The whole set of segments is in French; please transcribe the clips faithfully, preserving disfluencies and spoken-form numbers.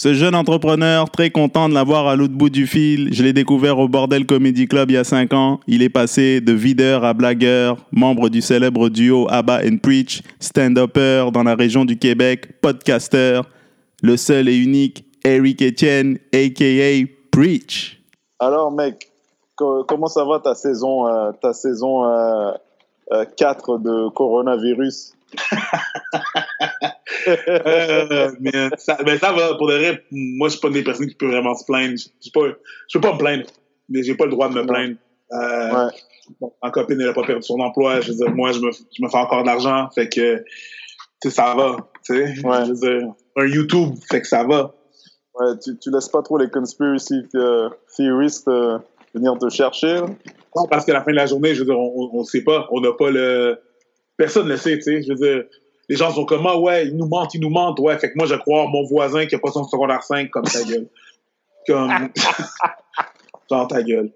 Ce jeune entrepreneur, très content de l'avoir à l'autre bout du fil. Je l'ai découvert au Bordel Comedy Club il y a cinq ans. Il est passé de videur à blagueur, membre du célèbre duo Abba and Preach, stand-upper dans la région du Québec, podcaster, le seul et unique Eric Etienne, a k a. Preach. Alors, mec, co- comment ça va ta saison, euh, ta saison euh, euh, quatre de coronavirus? euh, mais, ça, mais ça va, pour de vrai, moi, je suis pas une des personnes qui peut vraiment se plaindre. Je, je, peux, je peux pas me plaindre, mais j'ai pas le droit de me plaindre. Euh, ouais. Bon, ma copine, elle a pas perdu son emploi. Je veux dire, moi, je me, je me fais encore de l'argent, fait que, tu sais, ça va. Tu sais, ouais. Je veux dire, un YouTube, fait que ça va. Ouais, tu, tu laisses pas trop les conspiracy uh, theorists uh, venir te chercher, là? Non, parce qu'à la fin de la journée, je veux dire, on, on, on sait pas, on n'a pas le... Personne ne le sait, tu sais, je veux dire, les gens sont comme, ah ouais, ils nous mentent, ils nous mentent, ouais, fait que moi, je crois mon voisin qui a pas son secondaire cinq, comme ta gueule. Comme... Genre ta gueule.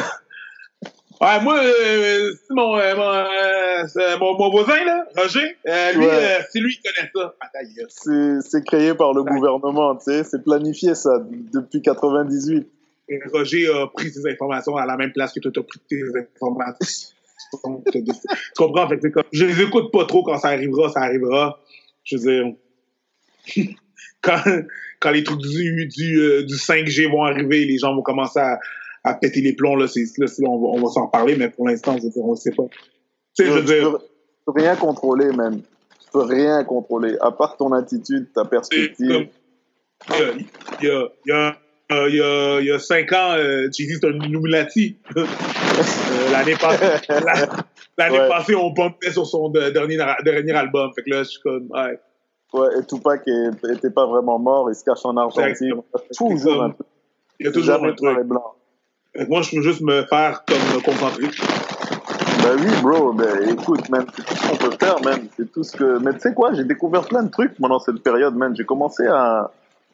Ouais, moi, euh, c'est mon, euh, mon, euh, mon, mon voisin, là, Roger, euh, lui, ouais. euh, c'est lui qui connaît ça. Ah, ta gueule. C'est, c'est créé par le ah. gouvernement, tu sais, c'est planifié, ça, depuis quatre-vingt-dix-huit. Et Roger a pris ses informations à la même place que toi, t'as pris tes informations. Tu comprends? Fait que comme, je les écoute pas trop quand ça arrivera, ça arrivera. Je veux dire, quand, quand les trucs du, du, euh, du cinq G vont arriver, les gens vont commencer à, à péter les plombs, là, c'est, là c'est, on, va, on va s'en parler, mais pour l'instant, je veux dire, on ne sait pas. Tu sais, je veux dire... Tu peux rien contrôler, man. Tu peux rien contrôler, à part ton attitude, ta perspective. Il y a... Il y a Euh, il, y a, il y a cinq ans, euh, j'ai dit c'est un Illuminati. euh, l'année passée, la, l'année ouais. passée, on pompait sur son de, dernier, dernier album. Fait que là, je suis comme, ouais. Ouais, et Tupac n'était pas vraiment mort, il se cache en Argentine. Toujours un peu. Il y a toujours un truc. Moi, je peux juste me faire comme me concentrer. Ben oui, bro, ben écoute, man, c'est tout ce qu'on peut faire, man. C'est tout ce que. Mais tu sais quoi, j'ai découvert plein de trucs pendant cette période, man. J'ai commencé à.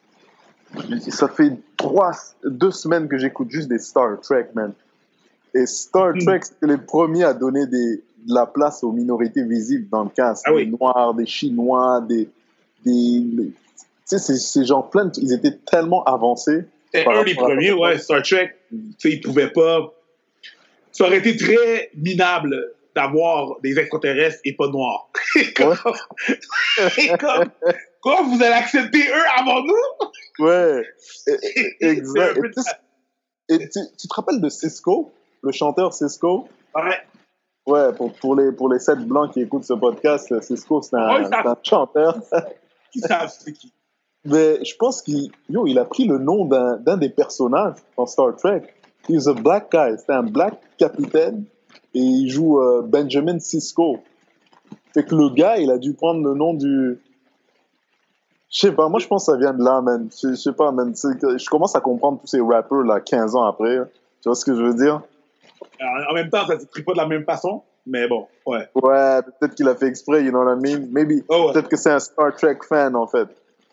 Ça fait trois, deux semaines que j'écoute juste des Star Trek, man. Et Star mm. Trek, c'était les premiers à donner des, de la place aux minorités visibles dans le cast. Ah oui. Des Noirs, des Chinois, des... des, des tu sais, c'est, c'est genre plein de... Ils étaient tellement avancés. Et un des premiers, ouais, Star Trek, tu sais, ils pouvaient pas... Ça aurait été très minable d'avoir des extraterrestres et pas noirs. comme... et comme... Quoi, vous allez accepter eux avant nous? Ouais, exact. Et, tu, et tu, tu te rappelles de Cisco, le chanteur Cisco? Ouais. Ouais, pour, pour, les, pour les sept blancs qui écoutent ce podcast, Cisco, c'est un, oh, c'est un chanteur. Qui savent c'est qui? Mais je pense qu'il yo, il a pris le nom d'un, d'un des personnages dans Star Trek. He's a black guy. C'est un black capitaine et il joue euh, Benjamin Sisko. Fait que le gars, il a dû prendre le nom du... Je sais pas, moi je pense que ça vient de là, man. Je sais pas, man. Je commence à comprendre tous ces rappers là, quinze ans après. Tu vois ce que je veux dire? Alors, en même temps, ça ne s'écrit pas de la même façon, mais bon, ouais. Ouais, peut-être qu'il a fait exprès, you know what I mean? Maybe. Oh, ouais. Peut-être que c'est un Star Trek fan, en fait.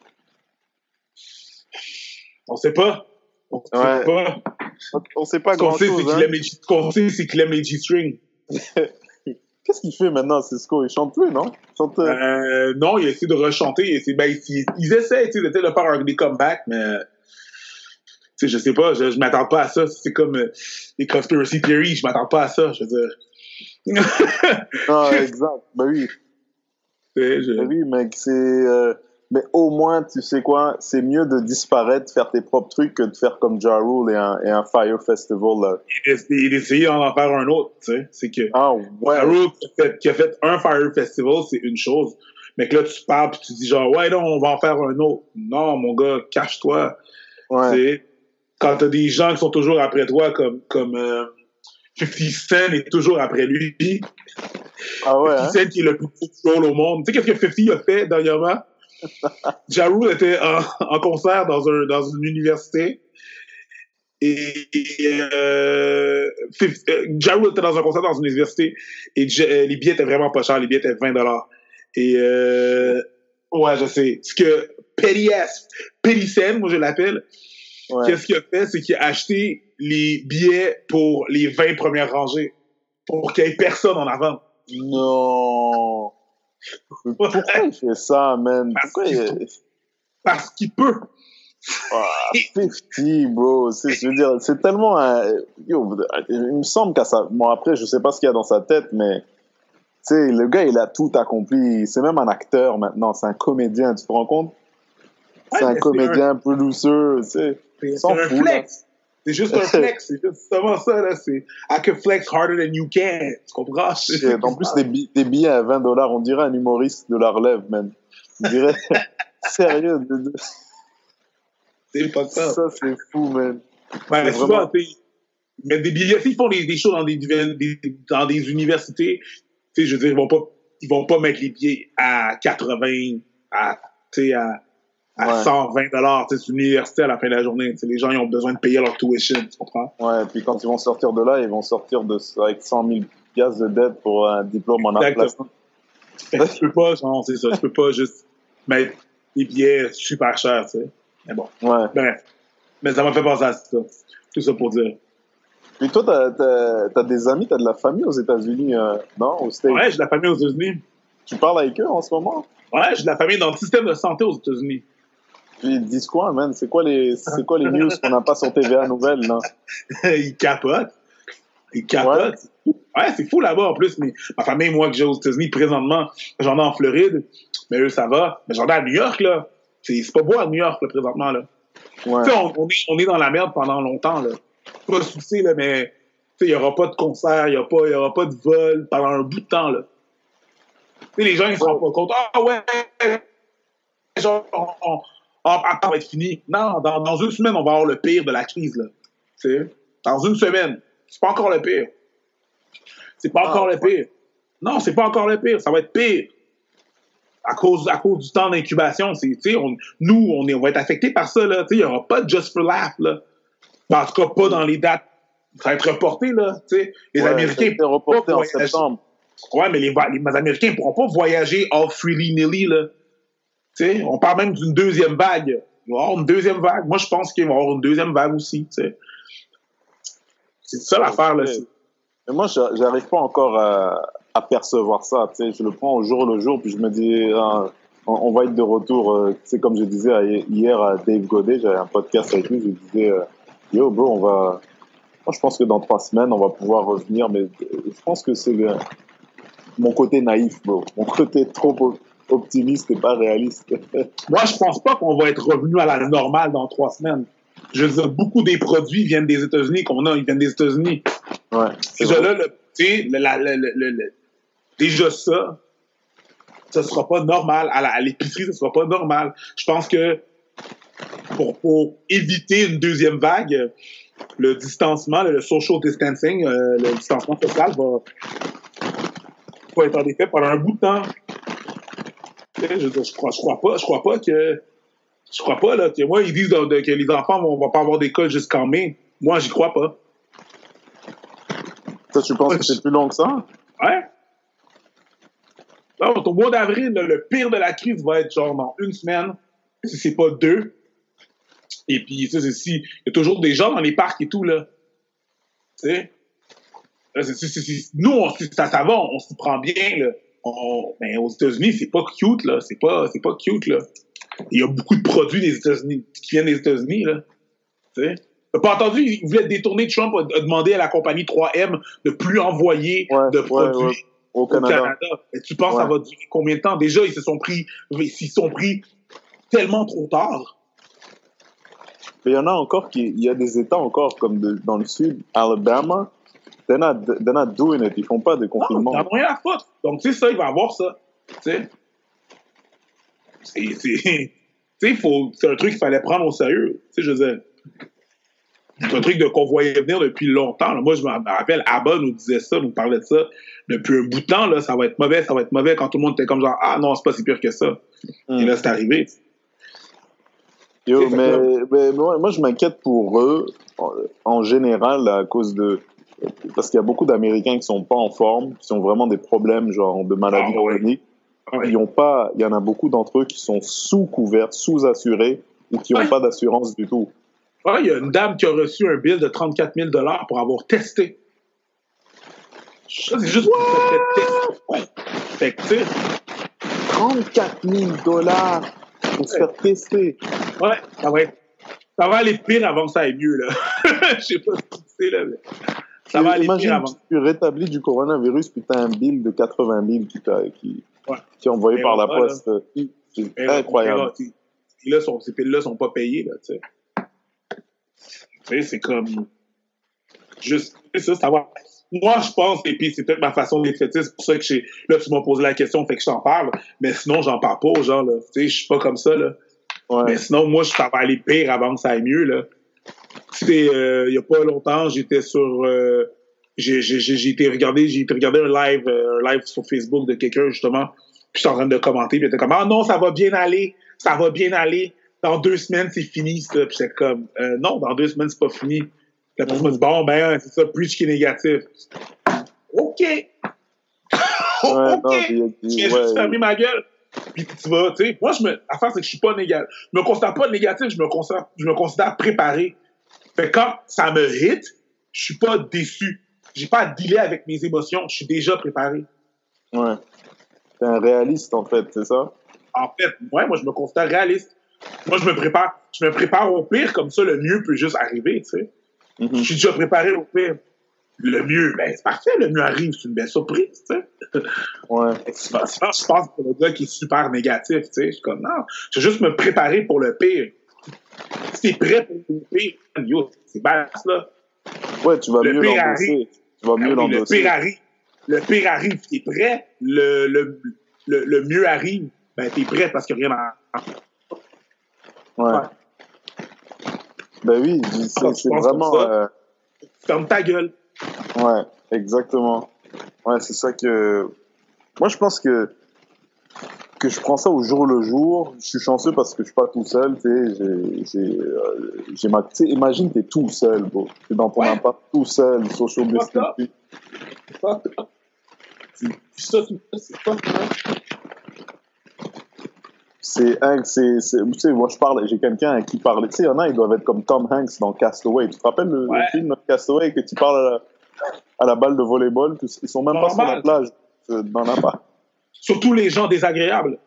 On sait pas. On sait ouais. pas. On sait pas grand-chose. Ce qu'on sait, c'est qu'il aime les G-strings. Qu'est-ce qu'il fait maintenant, Cisco? Il chante plus, non? Il chante... euh, non, il essaie de rechanter. C'est, ben, ils, ils essaient de, de faire un, des comebacks, mais je sais pas, je, je m'attends pas à ça. C'est comme euh, les conspiracy theories, je m'attends pas à ça, je veux dire. non, exact. Ben oui. Je... Ben oui, mec, c'est... Euh... Mais au moins, tu sais quoi, c'est mieux de disparaître, faire tes propres trucs que de faire comme Ja Rule et un, et un Fire Festival. Là. Et d'essayer d'en faire un autre, tu sais. C'est que ah, ouais. Ja Rule qui a, fait, qui a fait un Fire Festival, c'est une chose. Mais que là, tu parles et tu dis genre, ouais, non, on va en faire un autre. Non, mon gars, cache-toi. Ouais. T'sais, quand t'as des gens qui sont toujours après toi, comme, comme euh, fifty Cent est toujours après lui. Ah ouais, fifty hein? Cent qui est le plus drôle au monde. Tu sais qu'est-ce que fifty a fait dernièrement? Ja Rule était en, en concert dans, un, dans une université et, et euh, Ja Rule était dans un concert dans une université et euh, les billets étaient vraiment pas chers, les billets étaient vingt dollars et euh, ouais je sais ce que Petty S Petty Cent, moi je l'appelle, ouais. Qu'est-ce qu'il a fait, c'est qu'il a acheté les billets pour les vingt premières rangées pour qu'il y ait personne en avant. Non. Pourquoi il fait ça, man? Parce Pourquoi qu'il, il... parce qu'il peut. Ah, cinquante, bro. C'est, je veux dire, c'est tellement un... Yo, il me semble qu'à ça... Bon, après, je sais pas ce qu'il y a dans sa tête, mais... Tu sais, le gars, il a tout accompli. C'est même un acteur maintenant. C'est un comédien, tu te rends compte? C'est Ouais, un mais comédien, un producer, tu sais. C'est, Il c'est s'en un fout, là. flex. C'est juste un flex. C'est justement ça, là. C'est I can flex harder than you can. Tu comprends? C'est Shit. En plus, des, bi- des billets à vingt dollars, on dirait un humoriste de la relève, man. On dirait... Sérieux. De, de... c'est pas ça. Ça, c'est fou, man. Ouais, C'est souvent, vraiment... tu sais, mais des billets, ils font des, des shows dans des, des, dans des universités. Tu sais, je veux dire, ils vont pas, ils vont pas mettre les billets à quatre-vingts, à, tu sais, à, à Ouais. cent vingt dollars. Tu sais, c'est une université à la fin de la journée. Tu sais, les gens, ils ont besoin de payer leur tuition, tu comprends? Ouais, puis quand ils vont sortir de là, ils vont sortir de, avec cent mille piastres de dette pour un diplôme en art Exactement. plastique. Fait que tu peux pas, genre, c'est ça, tu peux pas juste mettre des billets super chers, tu sais. Mais bon. Ouais. Bref. Mais ça m'a fait penser à ça. Tout ça pour dire. Puis toi, t'as, t'as, t'as des amis, t'as de la famille aux États-Unis, euh, non? Aux States. Ouais, j'ai de la famille aux États-Unis. Tu parles avec eux en ce moment? Ouais, j'ai de la famille dans le système de santé aux États-Unis. Puis ils te disent quoi, man? C'est quoi les, c'est quoi les news qu'on n'a pas sur T V A Nouvelles, là? Ils capotent. Ils capotent. Ouais, ouais, c'est fou là-bas en plus. Mais ma famille, moi, que j'ai aux États-Unis présentement, j'en ai en Floride. Mais eux, ça va. Mais j'en ai à New York, là. C'est, c'est pas beau à New York, là, présentement, là. Ouais. Tu sais, on, on, est, on est dans la merde pendant longtemps, là. Pas de souci, là, mais il n'y aura pas de concert, il n'y aura, aura pas de vol pendant un bout de temps, là. Tu sais, les gens, ils se rendent pas compte. Ah ouais, genre, on, on, on, on va être fini. Non, dans, dans une semaine, on va avoir le pire de la crise, là. Tu sais, dans une semaine. C'est pas encore le pire. C'est pas ah, encore le pire. Non, c'est pas encore le pire. Ça va être pire. À cause, à cause du temps d'incubation, c'est, on, nous, on, est, on va être affectés par ça. Il n'y aura pas de Just for Laugh. Là. En tout cas, pas dans les dates. Ça va être reporté. Là, les ouais, Américains ne pourront pas voyager. En septembre. Ouais, mais les, les, les Américains ne pourront pas voyager all freely-nilly. Là. On parle même d'une deuxième vague. Il va y avoir une deuxième vague. Moi, je pense qu'il va y avoir une deuxième vague aussi. T'sais. C'est ça l'affaire. Là. Mais moi, j'arrive pas encore à, à percevoir ça. Tu sais, je le prends au jour le jour, puis je me dis, euh, on, on va être de retour. Euh, tu sais, comme je disais hier à Dave Godet, j'avais un podcast avec lui, je lui disais, euh, yo, bro, on va. Moi, je pense que dans trois semaines, on va pouvoir revenir, mais je pense que c'est le... mon côté naïf, bro. Mon côté trop optimiste et pas réaliste. Moi, je pense pas qu'on va être revenu à la normale dans trois semaines. Je veux dire, beaucoup des produits viennent des États-Unis qu'on a, ils viennent des États-Unis. Ouais. Déjà là, le, le, la, le, le, le, le, déjà ça, ça sera pas normal. À, la, à l'épicerie, ça sera pas normal. Je pense que pour, pour éviter une deuxième vague, le distancement, le, le social distancing, euh, le distancement social va, va être en effet pendant un bout de temps. Je, je, je crois, je crois pas, je crois pas que, je crois pas là. Que moi, ils disent de, de, que les enfants vont, vont pas avoir d'école jusqu'en mai. Moi, j'y crois pas. Ça, tu penses que c'est plus long que ça? Ouais. Non, au mois d'avril, le, le pire de la crise va être genre dans une semaine, si c'est pas deux. Et puis, ça, c'est si. Il y a toujours des gens dans les parcs et tout, là. Tu sais? Là, c'est, c'est, c'est, nous, on, ça, ça va, on, on s'y prend bien, là. On, ben, aux États-Unis, c'est pas cute, là. C'est pas, c'est pas cute, là. Il y a beaucoup de produits des États-Unis qui viennent des États-Unis, là. Tu sais? T'as pas entendu, il voulait détourner, Trump a demandé à la compagnie trois M de plus envoyer ouais, de produits ouais, ouais. Au, au Canada. Canada. Et tu penses ouais. ça va durer combien de temps? Déjà, ils se sont pris, ils se sont pris tellement trop tard. Il y en a encore qui, il y a des États encore comme de, dans le sud, Alabama, they're not, they're not doing it, ils font pas de confinement. Non, ils n'en ont rien à foutre. Donc, tu sais, ça, il va avoir ça. Tu sais, c'est, c'est, tu sais, faut, c'est un truc qu'il fallait prendre au sérieux. Tu sais, je veux dire, c'est un truc de, qu'on voyait venir depuis longtemps. Là. Moi, je me rappelle, Abba nous disait ça, nous parlait de ça depuis un bout de temps. Là, ça va être mauvais, ça va être mauvais, quand tout le monde était comme genre, ah non, c'est pas si pire que ça. Mm. Et là, c'est arrivé. Yo, mais, mais moi, moi, je m'inquiète pour eux, en, en général, à cause de... Parce qu'il y a beaucoup d'Américains qui sont pas en forme, qui ont vraiment des problèmes, genre de maladies ah, chroniques. Ouais. Ouais. Ils ont pas... Il y en a beaucoup d'entre eux qui sont sous-couverts, sous-assurés, ou qui n'ont ouais. pas d'assurance du tout. Ouais, il y a une dame qui a reçu un bill de trente-quatre mille dollars pour avoir testé. Ça, c'est juste pour se faire tester. Ouais. Fait que, tu sais... trente-quatre mille dollars pour se faire tester. Ouais, ça va être Ça va aller pire avant que ça aille mieux, là. Je sais pas ce que c'est, là, mais ça va aller Imagine pire avant. que tu rétablis du coronavirus, puis t'as un bill de quatre-vingt mille qui, t'a, qui, Ouais. qui est envoyé Mais par on la va, poste. C'est Mais incroyable. là, ces là sont, ces piles-là sont pas payées, là, tu sais. Tu sais, c'est comme... Juste, c'est ça, ça va... Moi, je pense, et puis c'est peut-être ma façon d'être fêtiste, c'est pour ça que j'ai... Là, tu m'as posé la question, fait que je t'en parle, mais sinon, j'en parle pas aux gens, là. Tu sais, je suis pas comme ça, là. Ouais. Mais sinon, moi, ça va aller pire avant que ça aille mieux, là. C'était, euh, il y a pas longtemps, j'étais sur... Euh, j'ai, j'ai, j'ai été regarder, j'ai été regarder un live, euh, un live sur Facebook de quelqu'un, justement, puis j'étais en train de commenter, puis il était comme « Ah non, ça va bien aller, ça va bien aller, dans deux semaines, c'est fini, ça. » Puis j'étais comme euh, « Non, dans deux semaines, c'est pas fini. » La personne m'a dit « Bon, ben, c'est ça, preach qui est négatif. » OK. Ouais, OK. non, puis, puis, J'ai ouais, juste fermé ma gueule. Puis tu vas, tu sais, moi, je me, l'affaire, c'est que je suis pas négatif. Je me considère pas négatif, je me considère, je me considère préparé. Fait que quand ça me hit, je suis pas déçu. J'ai pas à dealer avec mes émotions, je suis déjà préparé. Ouais. T'es un réaliste, en fait, c'est ça? En fait, ouais, moi, je me considère réaliste. Moi, je me prépare. Je me prépare au pire, comme ça, le mieux peut juste arriver, tu sais. Mm-hmm. Je suis déjà préparé au pire. Le mieux, ben, c'est parfait, le mieux arrive, c'est une belle surprise, tu sais. Ouais. Je pense que c'est le gars qui est super négatif, tu sais. Je suis comme, non, je vais juste me préparer pour le pire. Si t'es prêt pour le pire, yo, c'est basse, là. Ouais, tu vas le mieux pire l'endosser. arrive. Tu vas Ah mieux oui, l'endosser. le pire arrive. Le pire arrive, t'es prêt. Le, le, le, le mieux arrive, ben, t'es prêt parce qu'il n'y a rien à... Ouais. Ouais. Ben oui, c'est, Quand tu c'est penses vraiment... comme ça, euh, ferme ta gueule. Ouais, exactement. Ouais, c'est ça que... Moi, je pense que que je prends ça au jour le jour. Je suis chanceux parce que je suis pas tout seul, tu sais. J'ai, j'ai, euh, j'ai ma... Tu sais, imagine, t'es tout seul, bro. T'es dans ton Ouais. appart tout seul, social Fuck up. distancing. Fuck up. C'est ça, tout ça, c'est pas ça. C'est, un- c'est, c'est, tu sais, moi, je parle, j'ai quelqu'un à qui parle. Tu sais, il y en a, ils doivent être comme Tom Hanks dans Castaway. Tu te rappelles le, Ouais. le film Castaway que tu parles à la, à la balle de volleyball? Tous- Ils sont même pas sur la Normal. plage, euh, dans l'appart. Surtout les gens désagréables.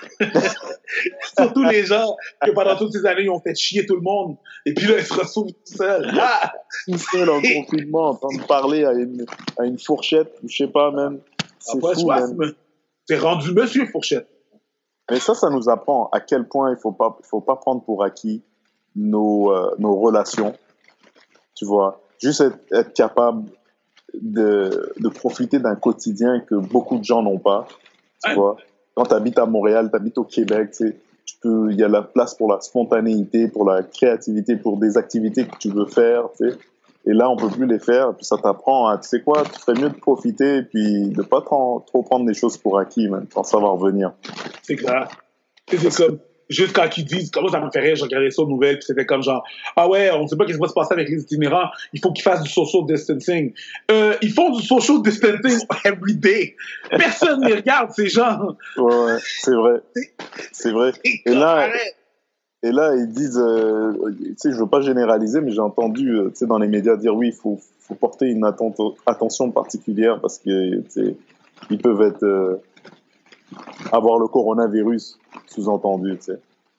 Surtout les gens que pendant toutes ces années, ils ont fait chier tout le monde. Et puis là, ils se retrouvent tout seuls. Ah! Tout seul en confinement, en train de parler à une, à une fourchette, ou je sais pas, même. C'est Après, fou, tu vois, man. c'est me- c'est rendu Monsieur Fourchette. Mais ça, ça nous apprend à quel point il faut pas, il faut pas prendre pour acquis nos, euh, nos relations. Tu vois, juste être, être capable de, de profiter d'un quotidien que beaucoup de gens n'ont pas. Tu Ouais. vois, quand tu habites à Montréal, tu habites au Québec, tu sais, tu peux, il y a la place pour la spontanéité, pour la créativité, pour des activités que tu veux faire, tu sais. Et là, on peut plus les faire. Et puis ça t'apprend à, tu sais quoi, tu ferais mieux de profiter et puis de pas trop, trop prendre des choses pour acquis, même, quand ça va revenir. C'est clair. Tu sais, c'est comme, juste quand ils disent, comment ça me fait rire, j'ai regardé ça aux nouvelles, puis c'était comme genre, ah ouais, on sait pas qu'est-ce qui va se passer avec les itinérants, il faut qu'ils fassent du social distancing. Euh, ils font du social distancing every day. Personne ne les regarde, ces gens. Ouais, ouais, c'est vrai. C'est vrai. Et Et là, arrête. et là, ils disent, euh, tu sais, je veux pas généraliser, mais j'ai entendu, euh, tu sais, dans les médias dire oui, il faut, faut porter une atten- attention particulière parce que, tu sais, ils peuvent être, euh, avoir le coronavirus, sous-entendu, tu sais.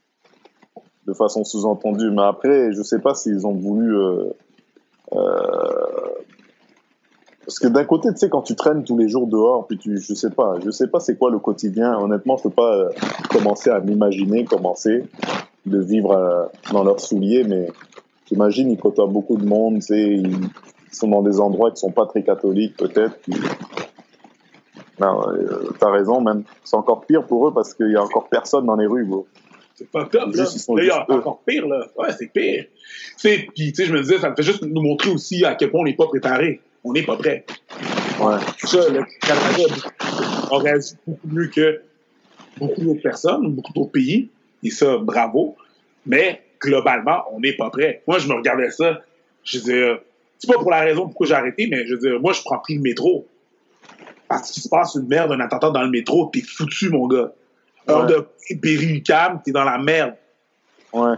De façon sous-entendue. Mais après, je sais pas s'ils ont voulu, euh, euh, parce que d'un côté, tu sais, quand tu traînes tous les jours dehors, puis tu, je sais pas, je sais pas c'est quoi le quotidien. Honnêtement, je peux pas euh, commencer à m'imaginer commencer de vivre euh, dans leurs souliers, mais j'imagine ils côtoient beaucoup de monde, tu sais, ils, ils sont dans des endroits qui sont pas très catholiques peut-être. Puis... Non, euh, t'as raison, même. C'est encore pire pour eux parce qu'il y a encore personne dans les rues, bro. C'est pas top, là. Juste, ils sont Là, il y juste a eux. encore pire, là. Ouais, c'est pire. Tu sais, puis, tu sais, je me disais, ça me fait juste nous montrer aussi à quel point on n'est pas préparé. On n'est pas prêt. Ouais. Ça, le Canada on réagit beaucoup mieux que beaucoup d'autres personnes, beaucoup d'autres pays. Et ça, bravo. Mais, globalement, on n'est pas prêt. Moi, je me regardais ça. Je disais, c'est pas pour la raison pourquoi j'ai arrêté, mais je veux dire, moi, je prends plus le métro. Parce qu'il se passe une merde, un attentat dans le métro, t'es foutu, mon gars. Heure Ouais. de Berry-UQAM, t'es dans la merde. Ouais.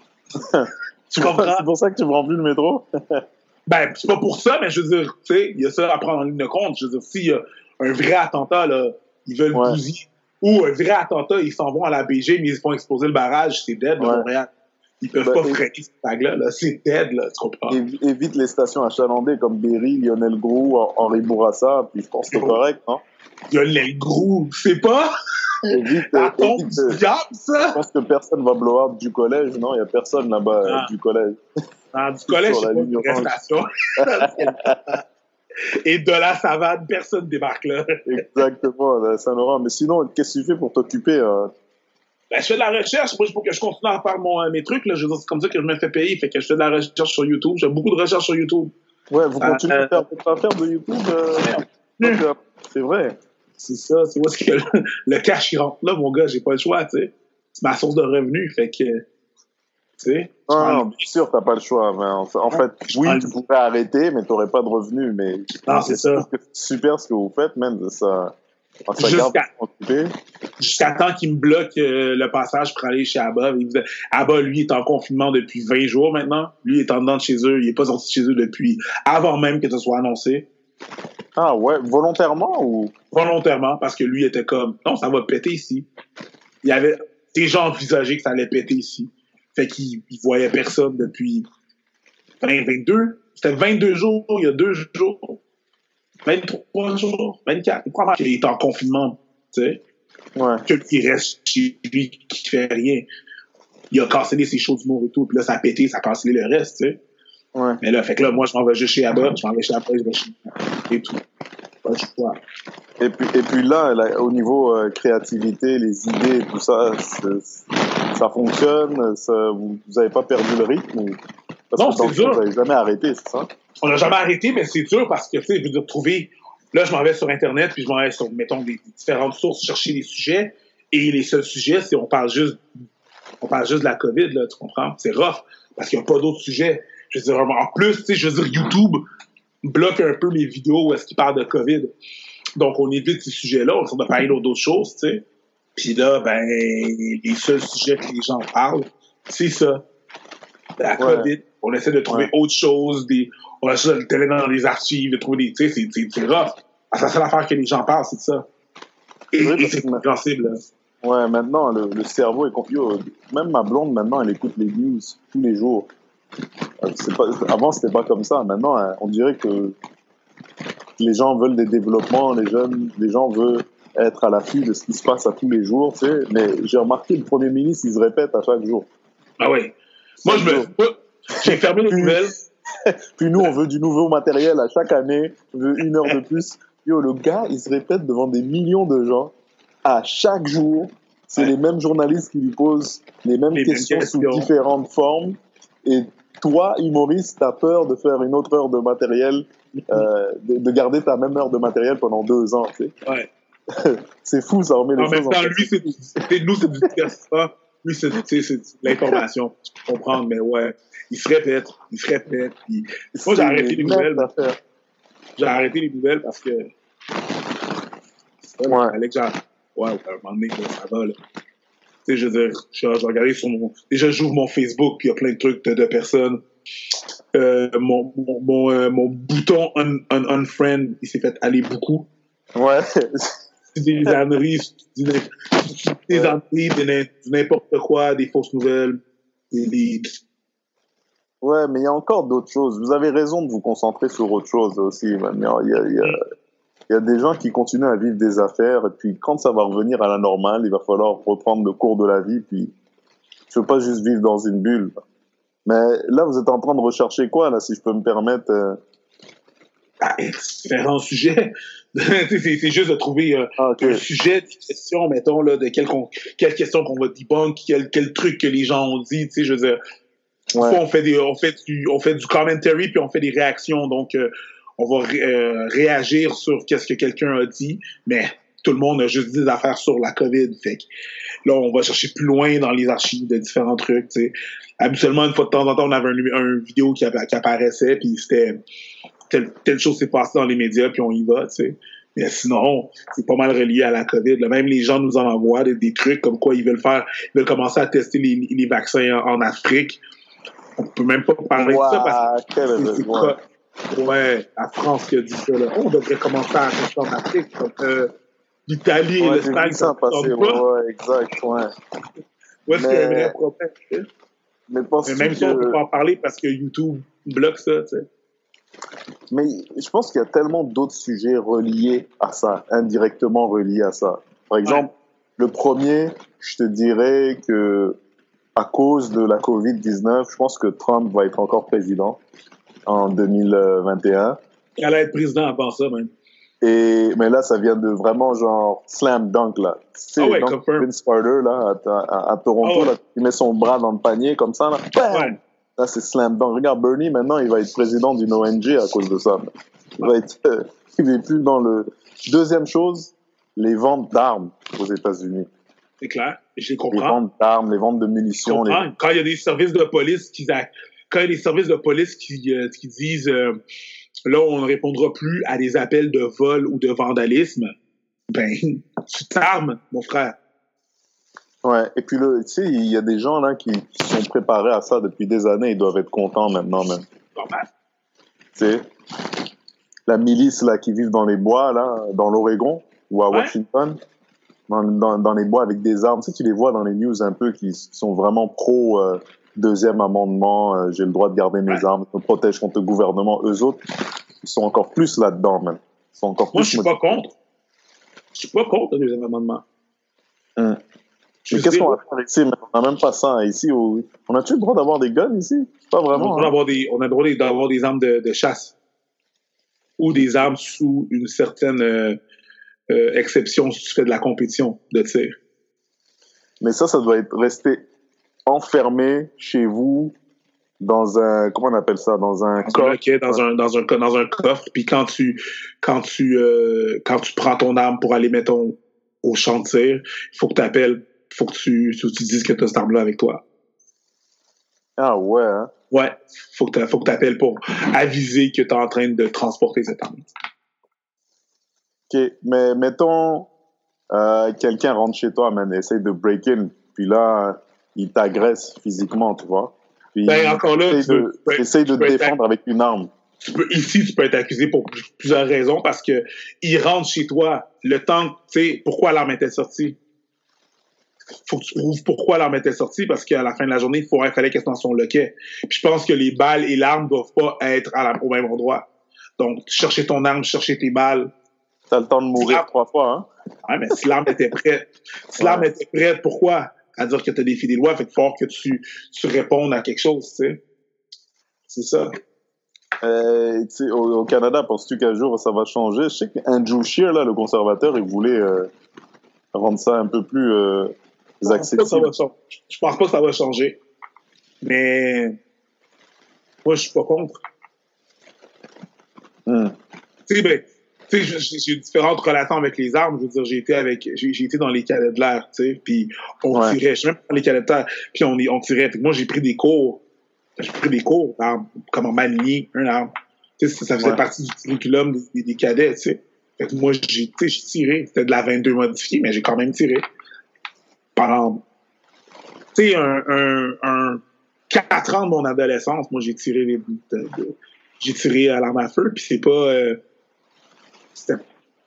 Tu comprends? C'est pour ça que tu prends plus le métro? Ben, c'est pas pour ça, mais je veux dire, tu sais, il y a ça à prendre en ligne de compte. Je veux dire, s'il y a un vrai attentat, là, ils veulent Ouais. bousiller, ou un vrai attentat, ils s'en vont à la B G, mais ils se font exploser le barrage, c'est dead de Ouais. Montréal. Ils peuvent Ben, pas et- freiner cette vague-là. Là. C'est dead, là, tu comprends? Évi- Évite les stations achalandées comme Berry, Lionel Groux, Henri Bourassa, puis je pense que c'est correct, non? Il y a l'aile gros, c'est pas? Évite, La euh, tombe évite, du euh, diable, je ça? pense que personne va blow up du collège, non? Il n'y a personne là-bas euh, Ah. du collège. Dans du collège, Sur c'est la pas ligne une vraie orange. station. Et de la savane, personne débarque là. Exactement, à Saint-Laurent. Mais sinon, qu'est-ce que tu fais pour t'occuper? euh? Ben, je fais de la recherche. Moi, pour que je continue à faire mon, mes trucs, là, je veux dire, c'est comme ça que je me fais payer. Fait que je fais de la recherche sur YouTube. J'ai beaucoup de recherches sur YouTube. Ouais, vous Euh, continuez à faire votre affaire de YouTube? euh? Merde. Donc, euh, c'est vrai. C'est ça. C'est où est-ce que le, le cash il rentre là, mon gars. J'ai pas le choix, tu sais. C'est ma source de revenus. Fait que, tu sais. je Non, prends non, le- bien sûr, t'as pas le choix. Mais en, en fait, je oui, prends tu le- pourrais arrêter, mais t'aurais pas de revenus. Mais Non, c'est ça. c'est super ce que vous faites, même. Ça, ça Jusqu'à- garde occupé. Jusqu'à temps qu'il me bloque euh, le passage pour aller chez Abba. Il disait- Abba, lui, est en confinement depuis vingt jours maintenant. Lui, il est en dedans de chez eux. Il est pas sorti de chez eux depuis avant même que ce soit annoncé. Ah ouais, volontairement ou? Volontairement, parce que lui était comme, non, ça va péter ici. Il y avait des gens envisagés que ça allait péter ici. Fait qu'il il voyait personne depuis vingt, vingt-deux. C'était vingt-deux jours, il y a deux jours. vingt-trois jours, vingt-quatre. Il croit qu'il est en confinement, tu sais. Ouais. Que qu'il reste chez lui, qui fait rien. Il a cancellé ses shows d'humour et tout, puis là, ça a pété, ça a cancellé le reste, tu sais. Ouais. Mais là, fait que là, moi, je m'en vais juste chez Abba, je m'en vais chez Abba, je vais chez et tout. Pas le choix. Et puis, et puis là, là, au niveau euh, créativité, les idées, tout ça, c'est- ça fonctionne. Ça, vous n'avez pas perdu le rythme ou... Parce Non, que dans c'est le fond, dur. vous n'avez jamais arrêté, c'est ça? On n'a jamais arrêté, mais c'est dur parce que, tu sais, je veux dire, trouver. Là, je m'en vais sur Internet, puis je m'en vais sur, mettons, des différentes sources, chercher des sujets. Et les seuls sujets, c'est on parle juste, on parle juste de la COVID, là, tu comprends? C'est rough, parce qu'il n'y a pas d'autres sujets. Je veux dire, en plus, tu sais, je veux dire, YouTube bloque un peu les vidéos où est-ce qu'il parle de COVID. Donc, on évite ces sujets-là, on essaie de parler d'autres choses, tu sais. Puis là, ben, les seuls sujets que les gens parlent, c'est ça. La Ouais. COVID. On essaie de trouver Ouais. autre chose, des, on essaie de télé dans les archives, de trouver des, tu sais, c'est, c'est, c'est rough. C'est la seule affaire que les gens parlent, c'est ça. Et, Oui, et parce c'est que- compréhensible, là. Ouais, maintenant, le, le cerveau est confié. Même ma blonde, maintenant, elle écoute les news tous les jours. Euh, C'est pas, avant, c'était pas comme ça. Maintenant, hein, on dirait que les gens veulent des développements, les jeunes, les gens veulent être à l'affût de ce qui se passe à tous les jours, tu sais. Mais j'ai remarqué, le Premier ministre, il se répète à chaque jour. Ah ouais. Moi, je me, moi, j'ai fermé les nouvelles. Puis nous, on veut du nouveau matériel à chaque année, on veut une heure de plus. Yo, le gars, il se répète devant des millions de gens à chaque jour. C'est Ouais. les mêmes journalistes qui lui posent les mêmes Les mêmes questions sous questions. différentes formes. Et toi, humoriste, t'as peur de faire une autre heure de matériel, euh, de, de garder ta même heure de matériel pendant deux ans, tu sais. Ouais. C'est fou, ça remet les En même choses temps, en lui, c'est, c'est, nous, c'est du divertissement. Lui, c'est, c'est, c'est de l'information. Tu peux comprendre, mais ouais. Il se répète, il se répète. Puis... Moi, j'ai arrêté les nouvelles. Affaire. J'ai arrêté les nouvelles parce que. Ça, là, Ouais. fallait que j'arrête. Ouais, à un moment donné, là, ça va, là. Tu sais, je veux dire, je je regardais sur mon. Déjà, j'ouvre mon Facebook, puis il y a plein de trucs de, de personnes. Euh, mon, mon, mon, euh, mon bouton un, un, unfriend, il s'est fait aller beaucoup. Ouais. C'est des âneries, c'est des, des Ouais. âneries, de n'im- de n'importe quoi, des fausses nouvelles, des, des, Ouais, mais il y a encore d'autres choses. Vous avez raison de vous concentrer sur autre chose aussi. Man. Il y a, il y a, il y a, il y a des gens qui continuent à vivre des affaires, et puis quand ça va revenir à la normale, il va falloir reprendre le cours de la vie, puis je veux pas juste vivre dans une bulle. Mais là, vous êtes en train de rechercher quoi, là, si je peux me permettre euh... ah, différents sujets. c'est, c'est juste de trouver euh, Ah, ok. un sujet, des questions, mettons, là, de quelle, qu'on, quelle question qu'on va debunk, quel, quel truc que les gens ont dit, tu sais, je veux dire. Ouais. Fois, on fait des, on fait du, on fait du commentary puis on fait des réactions. Donc, euh, on va ré, euh, réagir sur qu'est-ce que quelqu'un a dit, mais tout le monde a juste des affaires sur la COVID. Fait que là, on va chercher plus loin dans les archives de différents trucs. Tu sais. Habituellement, une fois de temps en temps, on avait un, un vidéo qui, qui apparaissait, puis c'était telle, telle chose s'est passée dans les médias, puis on y va. Tu sais. Mais sinon, c'est pas mal relié à la COVID. Là. Même les gens nous en envoient des, des trucs comme quoi ils veulent faire, ils veulent commencer à tester les, les vaccins en, en Afrique. On peut même pas parler Wow, de ça parce que quel c'est, c'est ouais. quoi? Ouais, la France qui a dit ça. Là. On devrait commencer à rester en Afrique comme euh, l'Italie et Ouais, j'ai l'Espagne. vu ça passer, ouais, ouais, exact, ouais. Où est-ce qu'il y a un Mais- vrai problème? Tu sais? Mais, mais même que... ça, on peut pas en parler parce que YouTube bloque ça, tu sais. Mais je pense qu'il y a tellement d'autres sujets reliés à ça, indirectement reliés à ça. Par exemple, ouais. le premier, je te dirais que à cause de la covid dix-neuf, je pense que Trump va être encore président en deux mille vingt et un. Il allait être président avant ça, même. Et, mais là, ça vient de vraiment genre slam dunk, là. Tu sais, ah ouais, donc, Vince Carter, là, à, à, à Toronto, ah ouais. là, il met son bras dans le panier comme ça, là. Bam! Ouais. Là, c'est slam dunk. Regarde, Bernie, maintenant, il va être président d'une O N G à cause de ça. Il va être, euh, il n'est plus dans le... Deuxième chose, les ventes d'armes aux États-Unis. C'est clair, je les comprends. Les ventes d'armes, les ventes de munitions. Je comprends. Les... Quand il y a des services de police qui, quand il y a des services de police qui, euh, qui disent, euh, là, on ne répondra plus à des appels de vol ou de vandalisme, ben, tu t'armes, mon frère. Ouais, et puis là, tu sais, il y a des gens là qui, qui sont préparés à ça depuis des années, ils doivent être contents maintenant même. Normal. Tu sais, la milice là qui vivent dans les bois là, dans l'Oregon ou à ouais. Washington, dans, dans, dans les bois avec des armes, tu sais, tu les vois dans les news un peu qui sont vraiment pro euh, deuxième amendement, euh, j'ai le droit de garder mes ouais. armes, je me protège contre le gouvernement. Eux autres, ils sont encore plus là-dedans même. Ils sont encore Moi, plus je suis pas contre. Je suis pas contre le deuxième amendement. Hum. Mais qu'est-ce qu'on va faire ici? On n'a même pas ça ici. Où... On a-tu le droit d'avoir des guns ici? Pas vraiment. On a, hein? des, on a le droit d'avoir des armes de, de chasse. Ou des armes sous une certaine euh, euh, exception si tu fais de la compétition de tir. Mais ça, ça doit être resté enfermé chez vous dans un... Comment on appelle ça? Dans un dans coffre. Un, dans, un, dans, un, dans un coffre. Puis quand tu, quand, tu, euh, quand tu prends ton arme pour aller, mettons, au champ de tir, il faut que tu appelles. Faut que tu, faut que tu dises que tu as cette arme-là avec toi. Ah ouais, hein? Ouais, faut que tu appelles pour aviser que tu es en train de transporter cette arme. OK, mais mettons, euh, quelqu'un rentre chez toi, man, essaye de break-in, puis là, il t'agresse physiquement, tu vois. Puis ben, encore là, essaye de, peux, essaye de te défendre avec une arme. Tu peux, ici, tu peux être accusé pour plusieurs raisons, parce que il rentre chez toi, le temps, tu sais, pourquoi l'arme était sortie? Faut que tu prouves pourquoi l'arme était sortie, parce qu'à la fin de la journée, il, faut, il fallait qu'elle soit dans son loquet. Puis je pense que les balles et l'arme ne doivent pas être à la, au même endroit. Donc, chercher ton arme, chercher tes balles. T'as le temps de mourir si trois fois, hein? Ouais, mais si l'arme était prête, si ouais. l'arme était prête, pourquoi? À dire que tu as défié des lois, fait qu'il faut que tu, tu répondes à quelque chose, tu sais. C'est ça. Euh, au, au Canada, penses-tu qu'un jour ça va changer? Je sais qu'Andrew Scheer, là, le conservateur, il voulait euh, rendre ça un peu plus euh, accessible. Je pense pas que ça va changer. Mais moi, je suis pas contre. Mm. Tu sais, ben, tu sais, j'ai différentes relations avec les armes. Je veux dire, j'ai été avec, j'ai, j'ai été dans les cadets de l'air, tu sais, puis on ouais. tirait. Je suis même pas dans les cadets de l'air, puis on, on tirait. Fait que moi, j'ai pris des cours. J'ai pris des cours d'armes, comment manier un arme. Tu sais, ça faisait ouais. partie du curriculum des, des, des cadets, tu sais. Fait que moi, j'ai, j'ai tiré. C'était de la vingt-deux modifiée, mais j'ai quand même tiré. Pendant, tu sais, un, un, un quatre ans de mon adolescence, moi, j'ai tiré les, de, de, j'ai tiré à l'arme à feu, puis c'est pas, euh, c'était,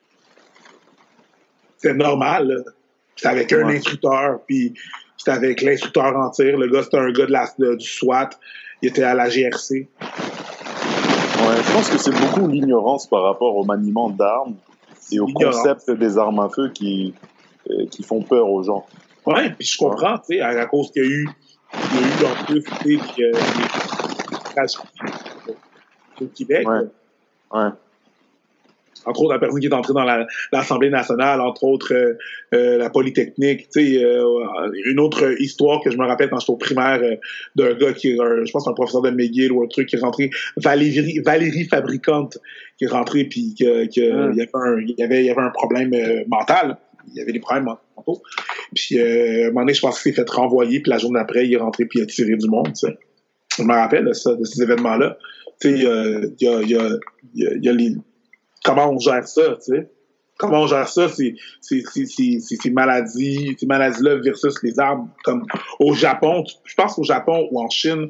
c'était normal, là. C'était avec un ouais. instructeur, puis c'était avec l'instructeur en tir. Le gars, c'était un gars de la, de, du SWAT. Il était à la G R C. Ouais, je pense que c'est beaucoup l'ignorance par rapport au maniement d'armes et au concept des armes à feu qui, euh, qui font peur aux gens. Ouais, puis je comprends, tu sais, à, à cause qu'il y a eu, il y a eu en plus, tu sais, des crashs au Québec. Ouais. Ouais. Entre autres, la personne qui est entrée dans la, l'Assemblée nationale, entre autres, euh, euh, la Polytechnique, tu sais, euh, une autre histoire que je me rappelle quand j'étais au primaire euh, d'un gars qui est, un, je pense, un professeur de McGill ou un truc qui est rentré, Valérie, Valérie Fabricante, qui est rentrée, puis que, que mm. il y avait un, il y avait, il y avait un problème euh, mental. Il y avait des problèmes mentaux. Puis, euh, à un moment donné, je pense qu'il s'est fait renvoyer, puis la journée d'après, il est rentré, puis il a tiré du monde, tu sais. Je me rappelle de, ça, de ces événements-là. Tu sais, il y a, il y a, il y a, il y a les... Comment on gère ça, tu sais? Comment on gère ça, c'est, c'est, c'est, c'est, c'est ces maladies, ces maladies-là versus les armes. Comme au Japon, tu, je pense qu'au Japon ou en Chine,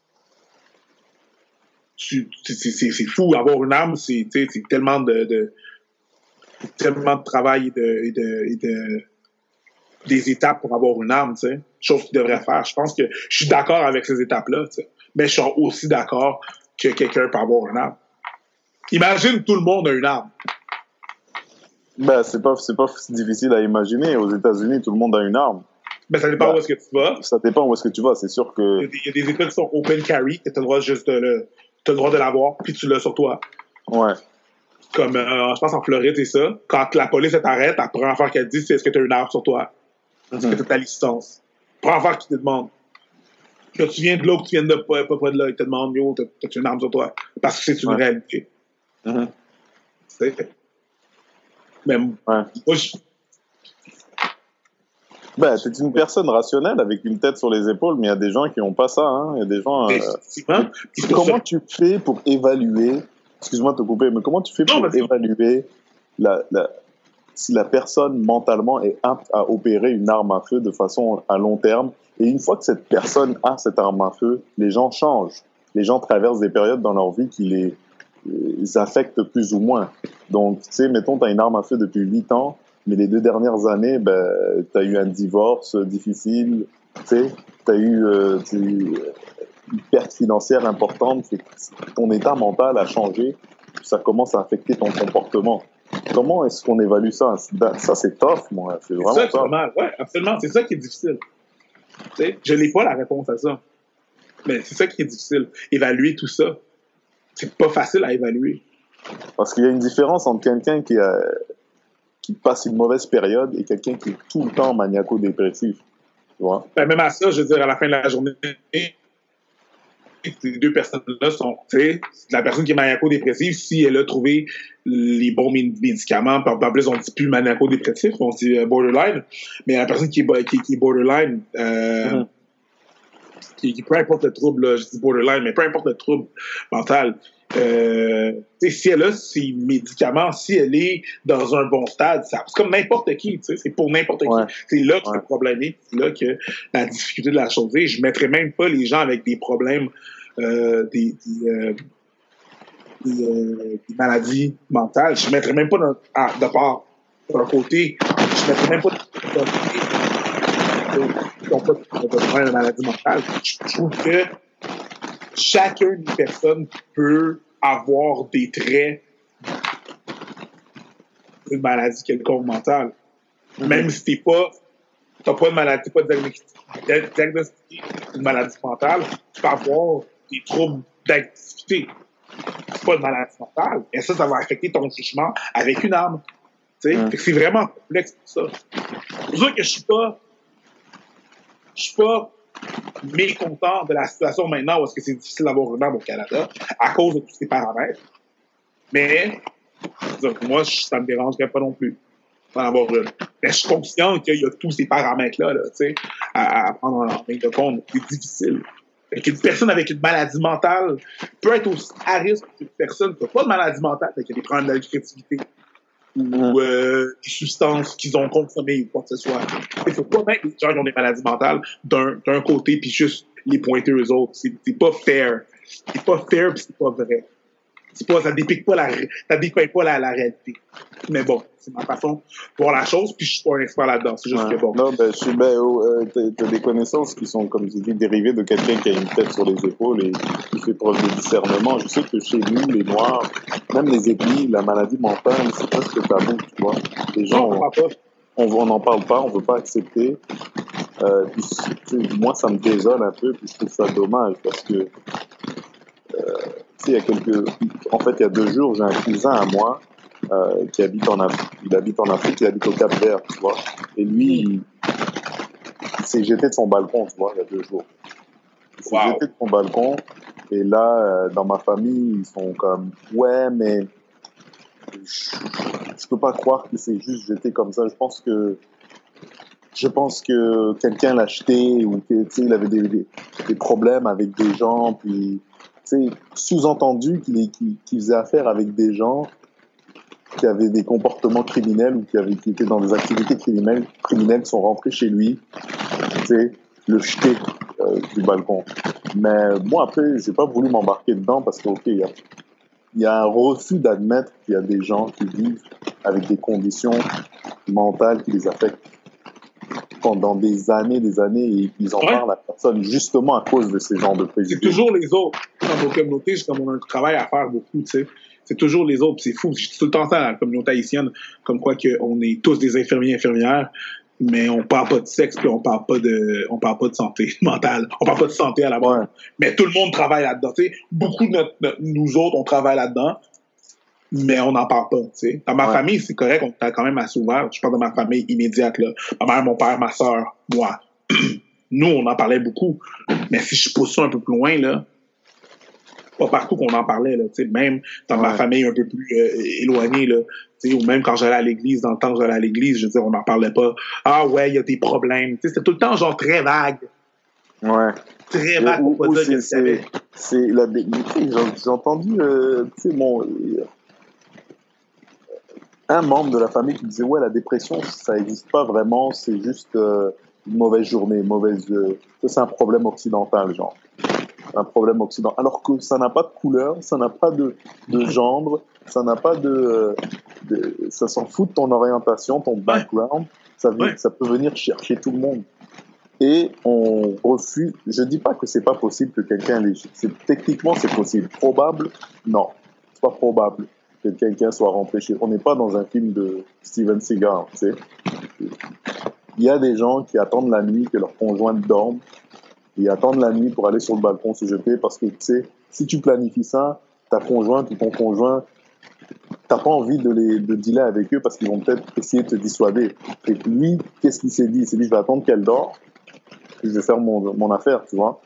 tu, c'est, c'est, c'est fou. Avoir une arme, c'est, c'est tellement de, de, tellement de travail et de, et de, et de des étapes pour avoir une arme, tu sais. Chose qu'il devrait faire. Je pense que je suis d'accord avec ces étapes-là, tu sais. Mais je suis aussi d'accord que quelqu'un peut avoir une arme. Imagine tout le monde a une arme. Ben, c'est pas, c'est pas si difficile à imaginer. Aux États-Unis, tout le monde a une arme. Ben, ça dépend Ben, où est-ce que tu vas. Ça dépend où est-ce que tu vas. C'est sûr que. Il y a des, il y a des États qui sont open carry, que tu as le droit juste de le, t'as le droit de l'avoir, puis tu l'as sur toi. Ouais. Comme, euh, je pense en Floride, c'est ça. Quand la police t'arrête, la première affaire qu'elle dit, c'est est-ce que tu as une arme sur toi? Est-ce que tu as ta licence? La première affaire qu'ils te demandent. Quand tu viens de là ou que tu viens de pas, pas, pas de là, ils te demandent, yo, t'as, t'as une arme sur toi? Parce que c'est une Ouais. réalité. Mm-hmm. C'est. Mais Ouais. moi, je. Ben, t'es une personne rationnelle avec une tête sur les épaules, mais il y a des gens qui n'ont pas ça. Hein. Il y a des gens. Euh... Effectivement. Puis pour Comment ça- tu fais pour évaluer, excuse-moi de te couper, mais comment tu fais Non, pour vas-y. évaluer la, la, si la personne mentalement est apte à opérer une arme à feu de façon à long terme? Et une fois que cette personne a cette arme à feu, les gens changent. Les gens traversent des périodes dans leur vie qui les, les affectent plus ou moins. Donc, tu sais, mettons, tu as une arme à feu depuis huit ans, mais les deux dernières années, ben, tu as eu un divorce difficile, tu sais, tu as eu euh, tu, une perte financière importante, c'est que ton état mental a changé, ça commence à affecter ton comportement. Comment est-ce qu'on évalue ça? Ça, c'est tough, moi. C'est C'est vraiment ça qui est tough. mal. Ouais, absolument. C'est ça qui est difficile. Tu sais, je n'ai pas la réponse à ça. Mais c'est ça qui est difficile. Évaluer tout ça. C'est pas facile à évaluer. Parce qu'il y a une différence entre quelqu'un qui, a, qui passe une mauvaise période et quelqu'un qui est tout le temps maniaco-dépressif. Tu vois? Ben, même à ça, je veux dire, à la fin de la journée, ces deux personnes-là sont, tu sais, la personne qui est maniaco-dépressive, si elle a trouvé les bons médicaments, par en plus, on dit plus maniaco-dépressif, on dit borderline, mais la personne qui est, qui, qui est borderline, euh, mm-hmm. qui, qui, peu importe le trouble, là, je dis borderline, mais peu importe le trouble mental, euh, si elle a ses médicaments, si elle est dans un bon stade, c'est comme n'importe qui, c'est pour n'importe ouais. qui. C'est là que ouais. le problème est, c'est là que la difficulté de la chose est. Je ne mettrais même pas les gens avec des problèmes, euh, des, des, euh, des, euh, des maladies mentales, je ne mettrais même pas dans, ah, de part d'un côté, je ne mettrais même pas d'un côté qui n'ont pas de problème de maladie mentale. Je trouve que chacune des personnes peut avoir des traits d'une maladie quelconque mentale. Mm-hmm. Même si t'es pas, t'as pas de maladie, t'es pas diagnostiqué d'une maladie mentale, tu peux avoir des troubles d'activité. C'est pas une maladie mentale. Et ça, ça va affecter ton jugement avec une arme. Mm-hmm. C'est vraiment complexe pour ça. C'est pour ça que je suis pas, je suis pas mécontent de la situation maintenant où est-ce que c'est difficile d'avoir une arme au Canada à cause de tous ces paramètres. Mais, moi, ça me dérangerait pas non plus d'en avoir une. Mais je suis conscient qu'il y a tous ces paramètres-là là, à, à prendre en ligne de compte. C'est difficile. Une personne avec une maladie mentale peut être aussi à risque qu'une personne qui n'a pas de maladie mentale, qui a des problèmes de créativité ou euh, des substances qu'ils ont consommées ou quoi que ce soit. Il ne faut pas mettre les gens qui ont des maladies mentales d'un, d'un côté puis juste les pointer eux autres. C'est, c'est pas fair. C'est pas fair puis c'est pas vrai. C'est pas, ça dépique pas la, ça dépeint pas la, la réalité. Mais bon, c'est ma façon de voir la chose puis je suis pas un expert là-dedans. C'est juste ouais. que bon. Non, ben, je suis, ben, euh, t'as, t'as des connaissances qui sont, comme je dis, dérivées de quelqu'un qui a une tête sur les épaules et qui fait preuve de discernement. Je sais que chez nous, les Noirs, même les ethnies, la maladie mentale, c'est presque tabou, tu vois. Les gens, non, on on n'en parle pas, on veut pas accepter. Euh, puis, moi, ça me désole un peu, puis je trouve ça dommage parce que, euh, tu sais, il y a quelques, en fait, il y a deux jours, j'ai un cousin à moi euh, qui habite en Afrique. Il habite en Afrique, il habite au Cap-Vert, tu vois. Et lui, il, il s'est jeté de son balcon, tu vois, il y a deux jours. Il s'est wow. jeté de son balcon. Et là, euh, dans ma famille, ils sont comme, ouais, mais je, je peux pas croire qu'il s'est juste jeté comme ça. Je pense que je pense que quelqu'un l'a acheté ou que, tu sais, il avait des, des, des problèmes avec des gens, puis, tu sais, sous-entendu qu'il, qu'il, qu'il faisait affaire avec des gens qui avaient des comportements criminels ou qui, avaient, qui étaient dans des activités criminelles, criminelles qui sont rentrés chez lui, tu sais, le jeter euh, du balcon. Mais moi, après, j'ai pas voulu m'embarquer dedans parce que, ok, il y a, y a un refus d'admettre qu'il y a des gens qui vivent avec des conditions mentales qui les affectent. pendant des années, des années, et ils en Ouais. parlent à personne, justement à cause de ces genres de C'est préjugés. toujours les autres. Dans nos communautés, c'est comme on a un travail à faire beaucoup, tu sais. C'est toujours les autres. C'est fou. Je dis tout le temps ça à la communauté haïtienne, comme quoi qu'on est tous des infirmiers infirmières, mais on parle pas de sexe, puis on parle pas de, on parle pas de santé mentale. On parle pas de santé à la base. Ouais. Mais tout le monde travaille là-dedans. Tu sais, beaucoup de notre, notre- nous autres, on travaille là-dedans, mais on n'en parle pas. Tu sais. Dans ma Ouais. famille, c'est correct, on est quand même assez ouvert. Je parle de ma famille immédiate, là. Ma mère, mon père, ma soeur, moi. Nous, on en parlait beaucoup. Mais si je pousse ça un peu plus loin, là, pas partout qu'on en parlait, là, tu sais, même dans ma Ouais. famille un peu plus euh, éloignée, là, tu sais, ou même quand j'allais à l'église, dans le temps que j'allais à l'église, je veux dire, on n'en parlait pas. Ah ouais, il y a des problèmes. Tu sais, c'était tout le temps genre très vague. Ouais. Très Et vague où- pour où pas c'est- dire qu'il y avait. c'est c'est la bé- tu sais, j'ai j'ai entendu euh, tu sais bon euh, un membre de la famille qui disait ouais la dépression ça n'existe pas vraiment, c'est juste euh, une mauvaise journée, une mauvaise euh, ça c'est un problème occidental genre un problème occidental alors que ça n'a pas de couleur, ça n'a pas de, de genre, ça n'a pas de, euh, de ça s'en fout de ton orientation, ton background, ça, vient- Ouais. ça peut venir chercher tout le monde. Et on refuse. Je dis pas que c'est pas possible que quelqu'un ait c'est techniquement c'est possible. Probable, non, c'est pas probable que quelqu'un soit rentré chez. On n'est pas dans un film de Steven Seagal, tu sais. Il y a des gens qui attendent la nuit que leur conjoint dorme, ils attendent la nuit pour aller sur le balcon se jeter parce que tu sais, si tu planifies ça, ta conjointe ou ton conjoint, t'as pas envie de les de dealer avec eux parce qu'ils vont peut-être essayer de te dissuader. Et lui, qu'est-ce qu'il s'est dit? Il s'est dit je vais attendre qu'elle dort. Je vais faire mon, mon affaire, tu vois.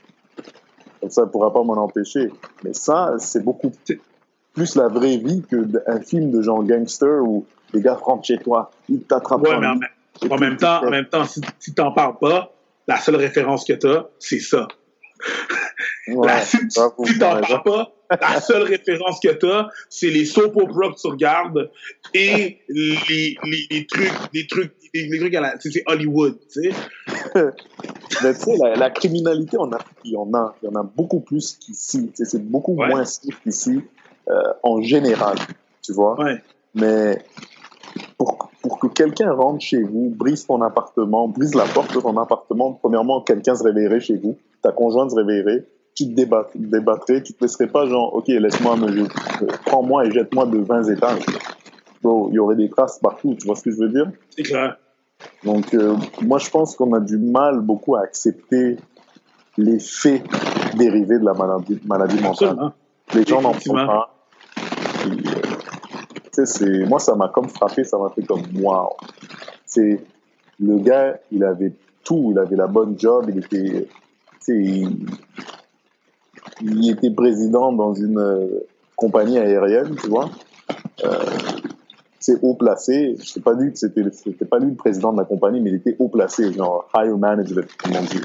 Comme ça, elle ne pourra pas m'en empêcher. Mais ça, c'est beaucoup plus la vraie vie qu'un film de genre gangster où les gars rentrent chez toi, ils t'attrapent. Ouais, mais en, même- en même temps, en même temps, si, si t'en parles pas, la seule référence que t'as, c'est ça. Ouais, La, si j'avoue, si t'en ouais, parles pas, la seule référence que t'as, c'est les soap operas que tu regardes et les, les, les trucs, les trucs, les, les trucs à la, c'est c'est Hollywood, tu sais. Mais tu sais, la, la criminalité en Afrique, il y en a, il y en a beaucoup plus qu'ici. Tu sais, c'est beaucoup Ouais. moins safe qu'ici, euh, en général, tu vois. Ouais. Mais pour, pour que quelqu'un rentre chez vous, brise ton appartement, brise la porte de ton appartement, premièrement, quelqu'un se réveillerait chez vous, ta conjointe se réveillerait, tu te débat, débattrais, tu te laisserais pas genre, ok, laisse-moi me jeter, prends-moi et jette-moi de vingt étages. Bro, il y aurait des traces partout, tu vois ce que je veux dire? C'est clair. Donc, euh, moi, je pense qu'on a du mal beaucoup à accepter les faits dérivés de la maladie, maladie mentale. Absolument. Les gens n'en font Effectivement. pas. Et, euh, tu sais, c'est, moi, ça m'a comme frappé, ça m'a fait comme, waouh. C'est, le gars, il avait tout, il avait la bonne job, il était, tu sais, il, il était président dans une euh, compagnie aérienne, tu vois. Euh, c'est haut placé. Je sais pas dit que c'était, c'était pas lui le président de la compagnie, mais il était haut placé, genre high management, comme on dit.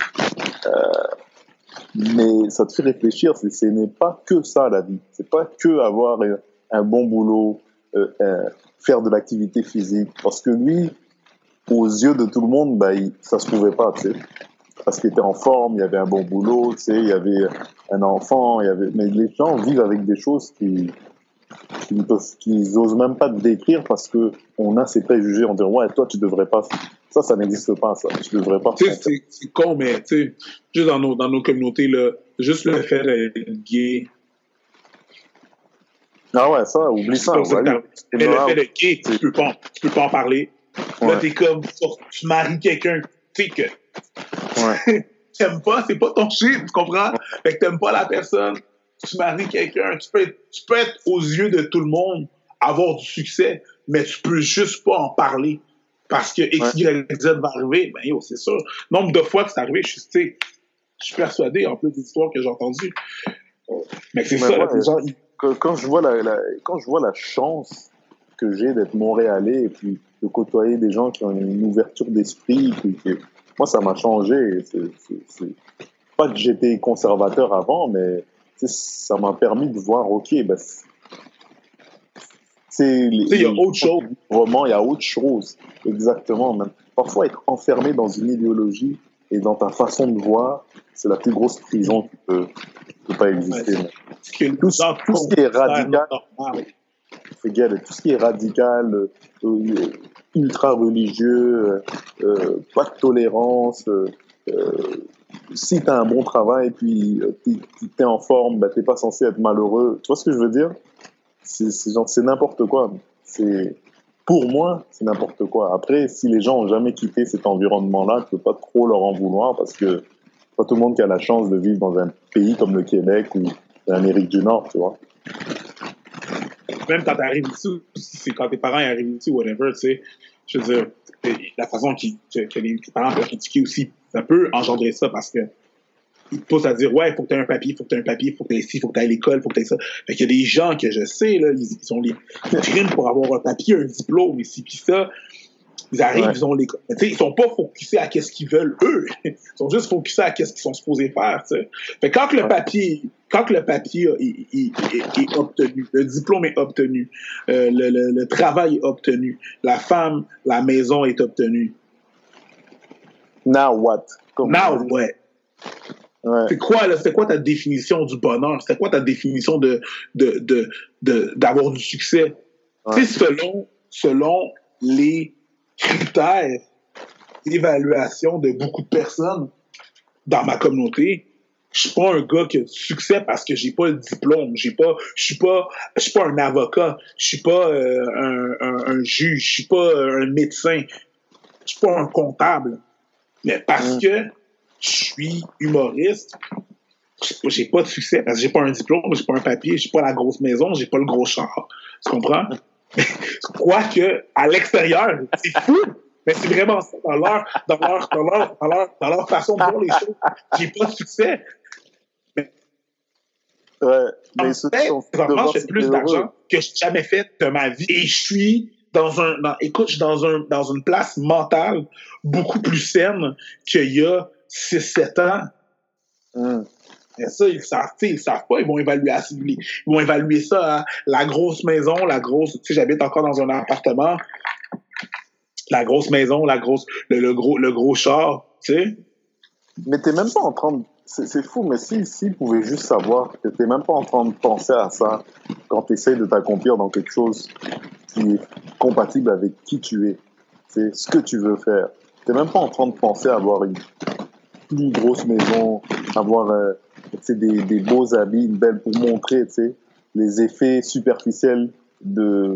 Euh, mais ça te fait réfléchir. C'est, ce n'est pas que ça la vie. C'est pas que avoir un, un bon boulot, euh, euh, faire de l'activité physique. Parce que lui, aux yeux de tout le monde, bah, il, ça se pouvait pas, tu sais. Parce qu'il était en forme, il y avait un bon boulot, tu sais, il y avait un enfant, il y avait. Mais les gens vivent avec des choses qui qui ne peuvent, qu'ils osent même pas te décrire parce que on a ces préjugés, on dit ouais toi tu devrais pas, ça ça n'existe pas ça, tu devrais pas. Tu sais, c'est, c'est con, mais tu sais, juste dans nos, dans nos communautés, là, juste le fait d'être gay. Ah ouais, ça, oublie ça. C'est pas Ouais, ça que mais le fait d'être gay, tu peux pas, tu peux pas en parler. Ouais. Là, t'es comme, tu maries quelqu'un, tu sais que ouais. t'aimes pas, c'est pas ton shit, tu comprends? Fait que t'aimes pas la personne, tu maries quelqu'un, tu peux, être, tu peux être aux yeux de tout le monde, avoir du succès, mais tu peux juste pas en parler. Parce que X, Y, Z va arriver, ben yo, c'est sûr. Nombre de fois que c'est arrivé, je suis, tu sais, je suis persuadé, en plus des histoires que j'ai entendues. Mais c'est mais ça, ouais, là, genre, quand, quand, je vois la, la, quand je vois la chance que j'ai d'être montréalais et puis de côtoyer des gens qui ont une ouverture d'esprit, puis que, moi, ça m'a changé. C'est, c'est, c'est pas que j'étais conservateur avant, mais ça m'a permis de voir, ok, ben, c'est il y a autre chose. Vraiment, il y a autre chose. Exactement. Même. Parfois, être enfermé dans une idéologie et dans ta façon de voir, c'est la plus grosse prison qui peut, qui peut pas exister. Ouais, tout, tout ce qui est radical, forget it, tout ce qui est radical, euh, ultra religieux, euh, pas de tolérance. Euh, euh, si tu as un bon travail, puis tu es en forme, bah, tu n'es pas censé être malheureux. Tu vois ce que je veux dire? C'est, c'est, genre, c'est n'importe quoi. C'est, pour moi, c'est n'importe quoi. Après, si les gens n'ont jamais quitté cet environnement-là, tu ne peux pas trop leur en vouloir parce que pas tout le monde qui a la chance de vivre dans un pays comme le Québec ou l'Amérique du Nord, tu vois. Même quand tu arrives ici, c'est quand tes parents arrivent ici, whatever, tu sais, je veux dire, la façon qui, que, que les parents peuvent critiquer aussi, ça peut engendrer ça parce que ils te poussent à dire, ouais, il faut que tu aies un papier, il faut que tu aies un papier, il faut que tu aies ici, il faut que tu ailles à l'école, il faut que tu aies ça. Fait qu'il y a des gens que je sais, là, ils, ils ont les crimes pour avoir un papier, un diplôme, ici, puis ça, ils arrivent, ouais. ils ont les... Tu sais, ils sont pas focusés à qu'est-ce qu'ils veulent, eux. Ils sont juste focusés à qu'est-ce qu'ils sont supposés faire, tu sais. Fait que quand le papier, quand le papier est, est, est, est obtenu, le diplôme est obtenu, euh, le, le, le travail est obtenu, la femme, la maison est obtenue. Now what? Comme Now what? Ouais. C'est quoi, là? C'est quoi ta définition du bonheur? C'est quoi ta définition de, de, de, de, d'avoir du succès? Ouais. Tu sais, selon, selon les critères d'évaluation de beaucoup de personnes dans ma communauté, je suis pas un gars qui a du succès parce que j'ai pas le diplôme, j'ai pas, je suis pas, je suis pas un avocat, je suis pas euh, un, un, un juge, je suis pas un médecin, je suis pas un comptable, mais parce mmh. que je suis humoriste, j'ai pas de succès parce que j'ai pas un diplôme, j'ai pas un papier, j'ai pas la grosse maison, j'ai pas le gros char, tu comprends? Quoique, à l'extérieur, c'est fou, mais c'est vraiment ça, dans leur, dans leur, dans leur, dans leur, dans leur façon de voir les choses. J'ai pas de succès. Mais, ouais, mais en fait, vraiment, je fais plus d'argent que j'ai jamais fait de ma vie. Et je suis dans un, dans, écoute, je suis dans un, dans une place mentale beaucoup plus saine qu'il y a six sept ans. Mm. Et ça, ils savent, ils savent pas, ils vont évaluer, ils vont évaluer ça à la grosse maison, la grosse, tu sais, j'habite encore dans un appartement, la grosse maison, la grosse, le, le gros, le gros char, tu sais. Mais t'es même pas en train de, c'est, c'est fou, mais si, si, ils pouvaient juste savoir que t'es même pas en train de penser à ça quand t'essayes de t'accomplir dans quelque chose qui est compatible avec qui tu es, c'est ce que tu veux faire. T'es même pas en train de penser à avoir une plus grosse maison, avoir, euh, Des, des beaux habits, une belle pour montrer les effets superficiels de,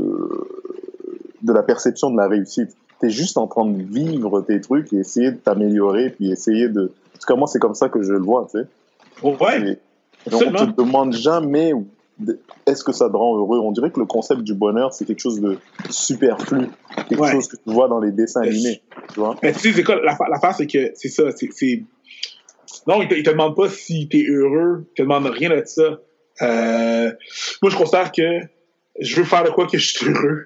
de la perception de la réussite. Tu es juste en train de vivre tes trucs et essayer de t'améliorer, puis essayer de... En tout cas, moi, c'est comme ça que je le vois. Tu sais. Ouais. Donc, on te demande jamais est-ce que ça te rend heureux. On dirait que le concept du bonheur, c'est quelque chose de superflu, quelque ouais. chose que tu vois dans les dessins animés. Tu vois? Mais tu sais, c'est quoi, la, l'affaire, c'est que c'est ça, c'est... c'est... Non, il te, il te demande pas si t'es heureux, il te demande rien de ça. Euh, moi, je considère que je veux faire de quoi que je suis heureux.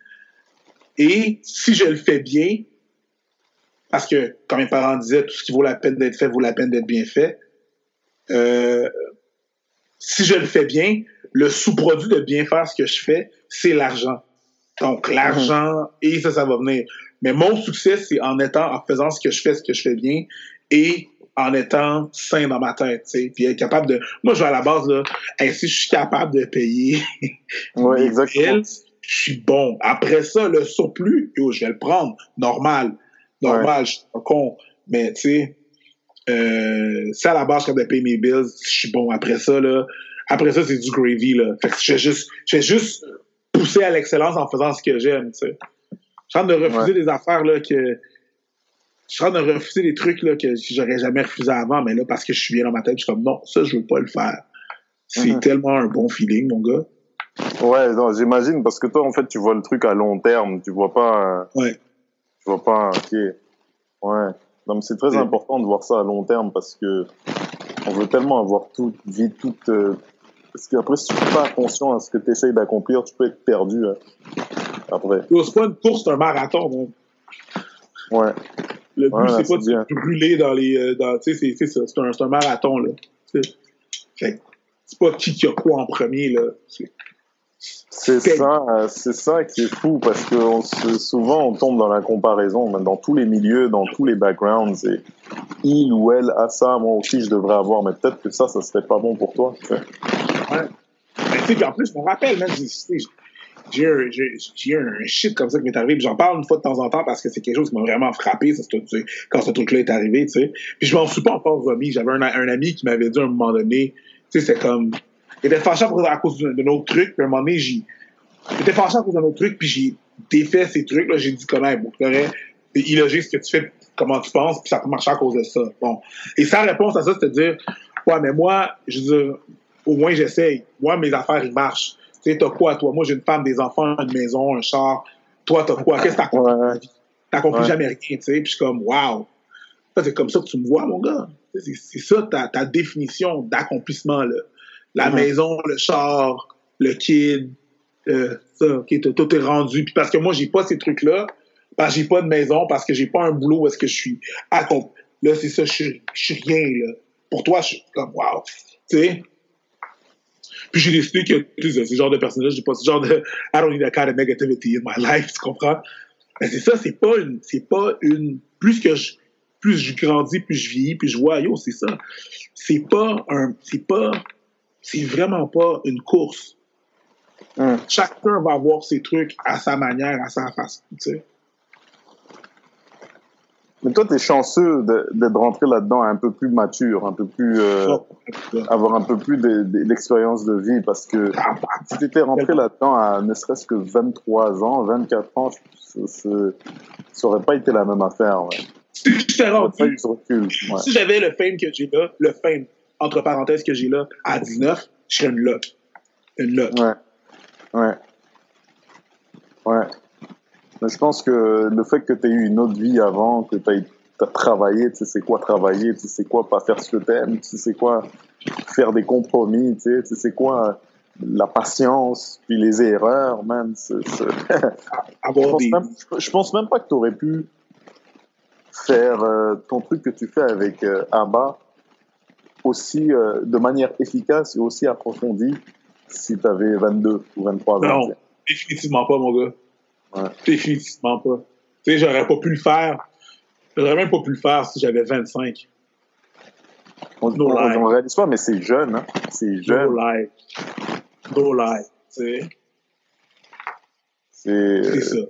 Et si je le fais bien, parce que, comme mes parents disaient, tout ce qui vaut la peine d'être fait vaut la peine d'être bien fait, euh, si je le fais bien, le sous-produit de bien faire ce que je fais, c'est l'argent. Donc, l'argent, mmh. et ça, ça va venir. Mais mon succès, c'est en étant, en faisant ce que je fais, ce que je fais bien, et en étant sain dans ma tête, tu sais, puis être capable de... Moi, je vais à la base, là, hey, si je suis capable de payer ouais, mes exactement. bills, je suis bon. Après ça, le surplus, yo, je vais le prendre. Normal. Normal, ouais. Je suis pas con. Mais, tu sais, euh, si à la base, je suis capable de payer mes bills, je suis bon. Après ça, là, après ça, c'est du gravy, là. Fait que je vais juste, je vais juste pousser à l'excellence en faisant ce que j'aime, tu sais. Je suis en train de refuser ouais. des affaires, là, que... Je suis en train de refuser des trucs là, que j'aurais jamais refusé avant, mais là, parce que je suis bien dans ma tête, je suis comme non, ça, je veux pas le faire. C'est mm-hmm. tellement un bon feeling, mon gars. Ouais, non, j'imagine, parce que toi, en fait, tu vois le truc à long terme. Tu vois pas. Euh, ouais. Tu vois pas. Ok. Ouais. Non, mais c'est très ouais. important de voir ça à long terme parce que on veut tellement avoir toute vie, toute. Euh, parce qu'après, si tu n'es pas attention à ce que tu essayes d'accomplir, tu peux être perdu. Hein, après. C'est pas une course, c'est un marathon, donc. Ouais. Le but, ouais, c'est, c'est pas bien. De se brûler dans les... Dans, tu sais, c'est, c'est ça. C'est un, c'est un marathon, là. Fait, c'est pas qui qui a quoi en premier, là. C'est, c'est, ça, c'est ça qui est fou, parce que on se, souvent, on tombe dans la comparaison, même dans tous les milieux, dans tous les backgrounds. Et il ou elle a ça, moi aussi, je devrais avoir. Mais peut-être que ça, ça serait pas bon pour toi. Tu sais. Ouais. Mais tu sais, puis en plus, je me rappelle, même, j'ai un, j'ai, j'ai un shit comme ça qui m'est arrivé. Puis j'en parle une fois de temps en temps parce que c'est quelque chose qui m'a vraiment frappé ça, c'est, quand ce truc-là est arrivé, tu sais. Puis je m'en suis pas encore remis. J'avais un, un ami qui m'avait dit à un moment donné, tu sais, c'est comme... Il était fâché à cause d'un autre truc, puis à un moment donné, j'ai... Il était fâché à cause d'un autre truc, puis j'ai défait ces trucs, là, j'ai dit comment, bon, c'est illogique ce que tu fais, comment tu penses, puis ça peut marcher à cause de ça. Bon. Et sa réponse à ça, c'est de dire, ouais, mais moi, je veux dire, au moins j'essaye. Moi, mes affaires, ils marchent. Tu sais, t'as quoi, toi? Moi, j'ai une femme, des enfants, une maison, un char. Toi, t'as quoi? Qu'est-ce que t'as accompli dans la vie? T'as accompli ouais. jamais rien, tu sais. Puis je suis comme, wow. C'est comme ça que tu me vois, mon gars. C'est, c'est ça ta, ta définition d'accomplissement, là. La mm-hmm. maison, le char, le kid, euh, ça, ok, tout est rendu. Puis parce que moi, j'ai pas ces trucs-là, parce que j'ai pas de maison, parce que j'ai pas un boulot où est-ce que je suis accompli. Là, c'est ça, je suis, je suis rien, là. Pour toi, je suis comme, wow. Tu sais? Puis j'ai décidé que, tu sais, ce genre de personnage, j'ai pas ce genre de, I don't need that kind of negativity in my life, tu comprends? Mais c'est ça, c'est pas une, c'est pas une, plus que je, plus je grandis, plus je vieillis, plus je vois, yo, c'est ça. C'est pas un, c'est pas, c'est vraiment pas une course. Mm. Chacun va avoir ses trucs à sa manière, à sa façon, tu sais. Mais toi, t'es chanceux de, d'être rentré là-dedans un peu plus mature, un peu plus, euh, oh, avoir un peu plus de, de, d'expérience de vie, parce que si t'étais rentré là-dedans à ne serait-ce que vingt-trois ans, vingt-quatre ans, ça, ça aurait pas été la même affaire, ouais. Si j'étais rendu, recul, ouais. Si j'avais le fame que j'ai là, le fame, entre parenthèses, que j'ai là, à dix-neuf, je serais une loc. Une loc. Ouais. Ouais. Ouais. Mais je pense que le fait que tu aies eu une autre vie avant, que tu as travaillé, tu sais c'est quoi travailler, tu sais quoi pas faire ce que tu aimes, tu sais quoi faire des compromis, tu sais, tu sais quoi la patience, puis les erreurs, man. C'est, c'est... je, pense même, je pense même pas que tu aurais pu faire euh, ton truc que tu fais avec euh, Abba aussi, euh, de manière efficace et aussi approfondie si tu avais vingt-deux ou vingt-trois ans. Non, définitivement pas, mon gars. Ouais. Définitivement pas. Tu sais, j'aurais pas pu le faire. J'aurais même pas pu le faire si j'avais vingt-cinq. On ne no réalise pas, mais c'est jeune. Hein? C'est jeune. No lie. No lie. Tu sais. C'est... c'est ça.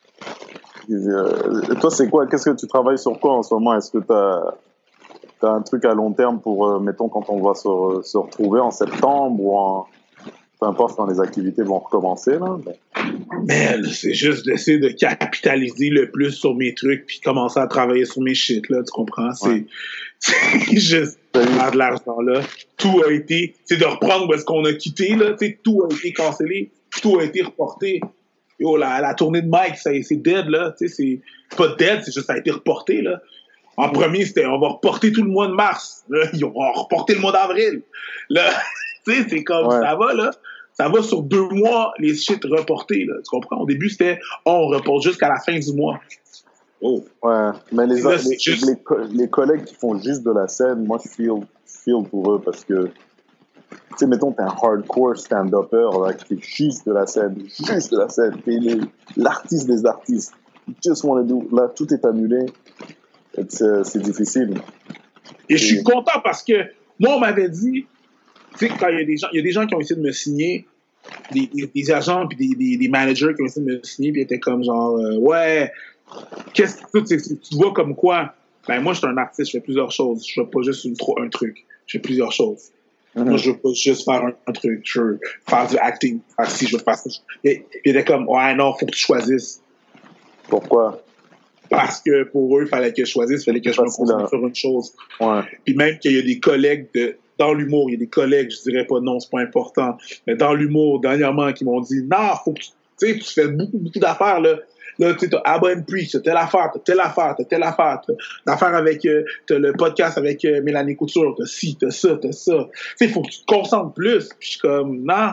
Euh, toi, c'est quoi? Qu'est-ce que tu travailles sur quoi en ce moment? Est-ce que tu as, t'as un truc à long terme pour, euh, mettons, quand on va se, se retrouver en septembre ou en... peu importe quand les activités vont recommencer, là. Mais... Man, c'est juste d'essayer de capitaliser le plus sur mes trucs puis commencer à travailler sur mes shit, là, tu comprends? Ouais. C'est, c'est juste faire de l'argent, là. Tout a été... C'est de reprendre où est-ce qu'on a quitté, là, tu sais, tout a été cancellé, tout a été reporté. Yo, la, la tournée de Mike, ça, c'est dead, là, tu sais, c'est pas dead, c'est juste ça a été reporté, là. En premier, c'était on va reporter tout le mois de mars. Là, ils vont reporter le mois d'avril. Là, tu sais, c'est comme ouais. ça va, là. Ça va sur deux mois, les shit reportés, là. Tu comprends? Au début, c'était oh, on reporte jusqu'à la fin du mois. Oh. Ouais, mais les, là, les, juste... les, les collègues qui font juste de la scène, moi, je feel, feel pour eux parce que, tu sais, mettons, t'es un hardcore stand-upper, là, qui fait juste de la scène, juste de la scène. T'es les, l'artiste des artistes. You just wanna do. Là, tout est annulé. C'est, c'est difficile. Et, Et je suis content parce que moi, on m'avait dit, tu sais, quand il y a des gens, il y a des gens qui ont essayé de me signer, des, des, des agents puis des, des, des managers qui ont essayé de me signer, puis étaient comme genre, euh, ouais, qu'est-ce que tu, tu, tu vois comme quoi? Ben, moi, je suis un artiste, je fais plusieurs choses. Je fais pas juste une, un truc. Je fais plusieurs choses. Mm-hmm. Moi, je veux pas juste faire un, un truc. Je veux faire du acting. Faire ci, je veux faire ça. Et ils étaient comme, ouais, non, faut que tu choisisses. Pourquoi? Parce que pour eux, il fallait que je choisisse, il fallait que je me concentre sur une chose. Ouais. Puis même qu'il y a des collègues de, dans l'humour, il y a des collègues, je dirais pas non, c'est pas important, mais dans l'humour, dernièrement, qui m'ont dit, non, faut que tu, tu sais, tu fais beaucoup, beaucoup d'affaires, là. Là, tu sais, t'as Abba and Preach, t'as telle affaire, t'as telle affaire, t'as telle affaire, t'as l'affaire avec, euh, t'as le podcast avec euh, Mélanie Couture, t'as ci, t'as ça, t'as ça. Tu sais, faut que tu te concentres plus. Puis je suis comme, non.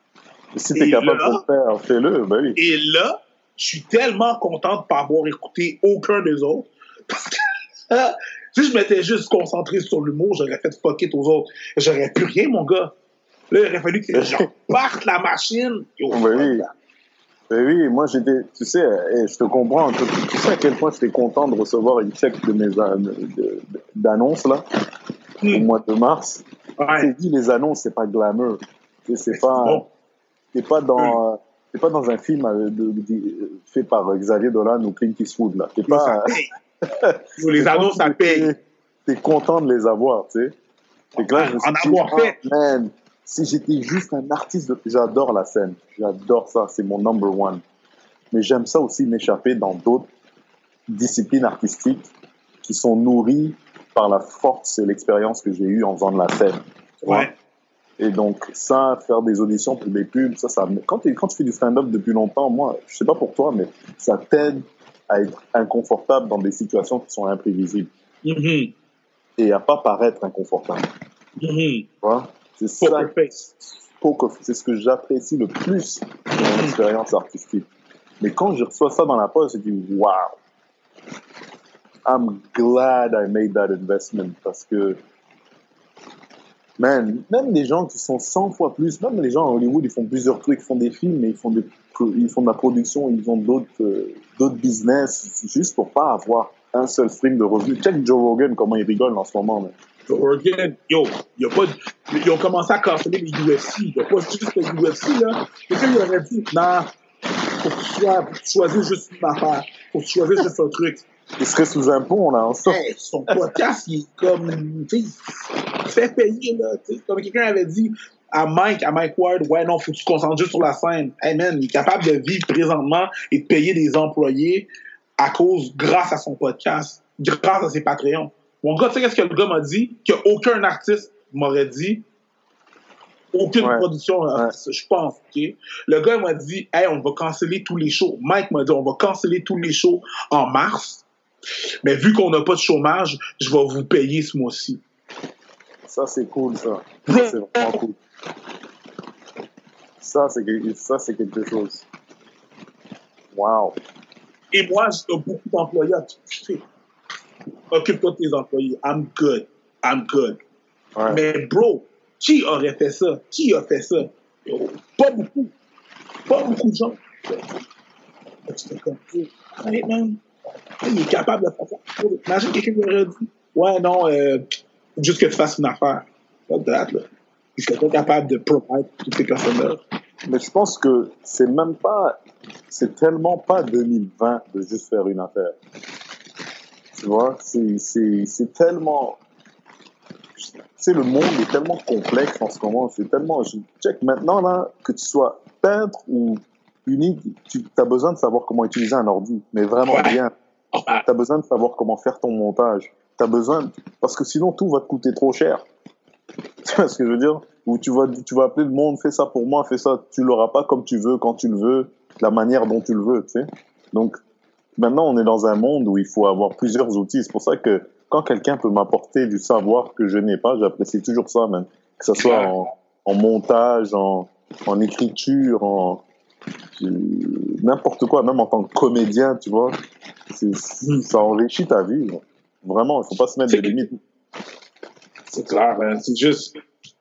Si t'es et capable là, de le faire, fais-le, ben oui. Et là, je suis tellement content de ne pas avoir écouté aucun des autres. Parce que euh, si je m'étais juste concentré sur l'humour, j'aurais fait fuck it aux autres. J'aurais plus rien, mon gars. Là, il aurait fallu que je parte la machine. Yo, ben oui. Ben oui, moi j'étais, tu sais, et je te comprends, tu, tu sais à quel point j'étais content de recevoir une chèque de mes de, de, d'annonces là, mm. au mois de mars. Ouais. Tu sais, dit les annonces, c'est pas glamour. Tu sais, c'est pas, bon. T'es pas dans. Mm. t'es pas dans un film euh, de, de, fait par Xavier Dolan ou Clint Eastwood, là. T'es pas... Yo, les annonces, ça paye. T'es content de les avoir, tu sais. Et que là, je me suis En dit, avoir fait. oh, man, si j'étais juste un artiste, de... j'adore la scène. J'adore ça, c'est mon number one. Mais j'aime ça aussi m'échapper dans d'autres disciplines artistiques qui sont nourries par la force et l'expérience que j'ai eue en faisant de la scène. Ouais. Et donc, ça, faire des auditions pour des pubs, ça, ça, quand, tu, quand tu fais du stand-up depuis longtemps, moi, je sais pas pour toi, mais ça t'aide à être inconfortable dans des situations qui sont imprévisibles. Mm-hmm. Et à pas paraître inconfortable. Mm-hmm. Tu vois? C'est ça. Poker face. Poker, c'est ce que j'apprécie le plus dans mon expérience artistique. Mais quand je reçois ça dans la poche, je dis, wow, I'm glad I made that investment parce que, man, même des gens qui sont cent fois plus, même les gens à Hollywood, ils font plusieurs trucs, ils font des films, mais ils font, des, ils font de la production, ils ont d'autres, euh, d'autres business, juste pour pas avoir un seul stream de revenus. Check Joe Rogan, comment il rigole en ce moment. Man. Joe Rogan, yo, y a pas de... ils ont commencé à canceller les U F C. Il n'y a pas juste les U F C, là. Quelqu'un lui aurait dit, non, faut que tu, sois, faut que tu choisisses juste une affaire. Faut que tu choisisses juste un truc. Il serait sous impôt, là, en sorte. Hey, son podcast, il est comme, tu sais, il fait payer, là. Tu sais, comme quelqu'un avait dit à Mike, à Mike Ward, ouais, non, faut que tu te concentres juste sur la scène. Hey, man, il est capable de vivre présentement et de payer des employés à cause, grâce à son podcast, grâce à ses Patreons. Mon gars, tu sais qu'est-ce que le gars m'a dit? Qu'aucun artiste m'aurait dit, aucune ouais. production, ouais. Je pense, OK? Le gars m'a dit, hey, on va canceller tous les shows. Mike m'a dit, on va canceller tous les shows en mars. Mais vu qu'on n'a pas de chômage, je vais vous payer ce mois-ci. Ça, c'est cool, ça. Ça, c'est vraiment cool. Ça, c'est, ça, c'est quelque chose. Wow. Et moi, j'ai beaucoup d'employés à toucher. Occupe-toi de tes employés. I'm good. I'm good. Ouais. Mais bro, qui aurait fait ça? Qui a fait ça? Yo, pas beaucoup. Pas beaucoup de gens. C'était comme, hey, man. Il est capable de faire ça. Imagine quelqu'un qui aurait dit, ouais, non, euh, juste que tu fasses une affaire. Pas de date, là. Il serait pas capable de promettre toutes ces personnes-là. Mais je pense que c'est même pas, c'est tellement pas deux mille vingt de juste faire une affaire. Tu vois, c'est, c'est, c'est tellement, tu sais, le monde est tellement complexe en ce moment. C'est tellement, je check maintenant, là, que tu sois peintre ou unique, tu as besoin de savoir comment utiliser un ordi, mais vraiment Ouais. bien. Tu as besoin de savoir comment faire ton montage. Tu as besoin, parce que sinon tout va te coûter trop cher. Tu vois ce que je veux dire? Ou tu vas, tu vas appeler le monde, fais ça pour moi, fais ça. Tu l'auras pas comme tu veux, quand tu le veux, la manière dont tu le veux, tu sais. Donc, maintenant, on est dans un monde où il faut avoir plusieurs outils. C'est pour ça que quand quelqu'un peut m'apporter du savoir que je n'ai pas, j'apprécie toujours ça, même. Que ce soit en, en montage, en, en écriture, en n'importe quoi, même en tant que comédien, tu vois. C'est, ça enrichit ta vie. Vraiment, il faut pas se mettre c'est, des limites. C'est clair, man. C'est juste...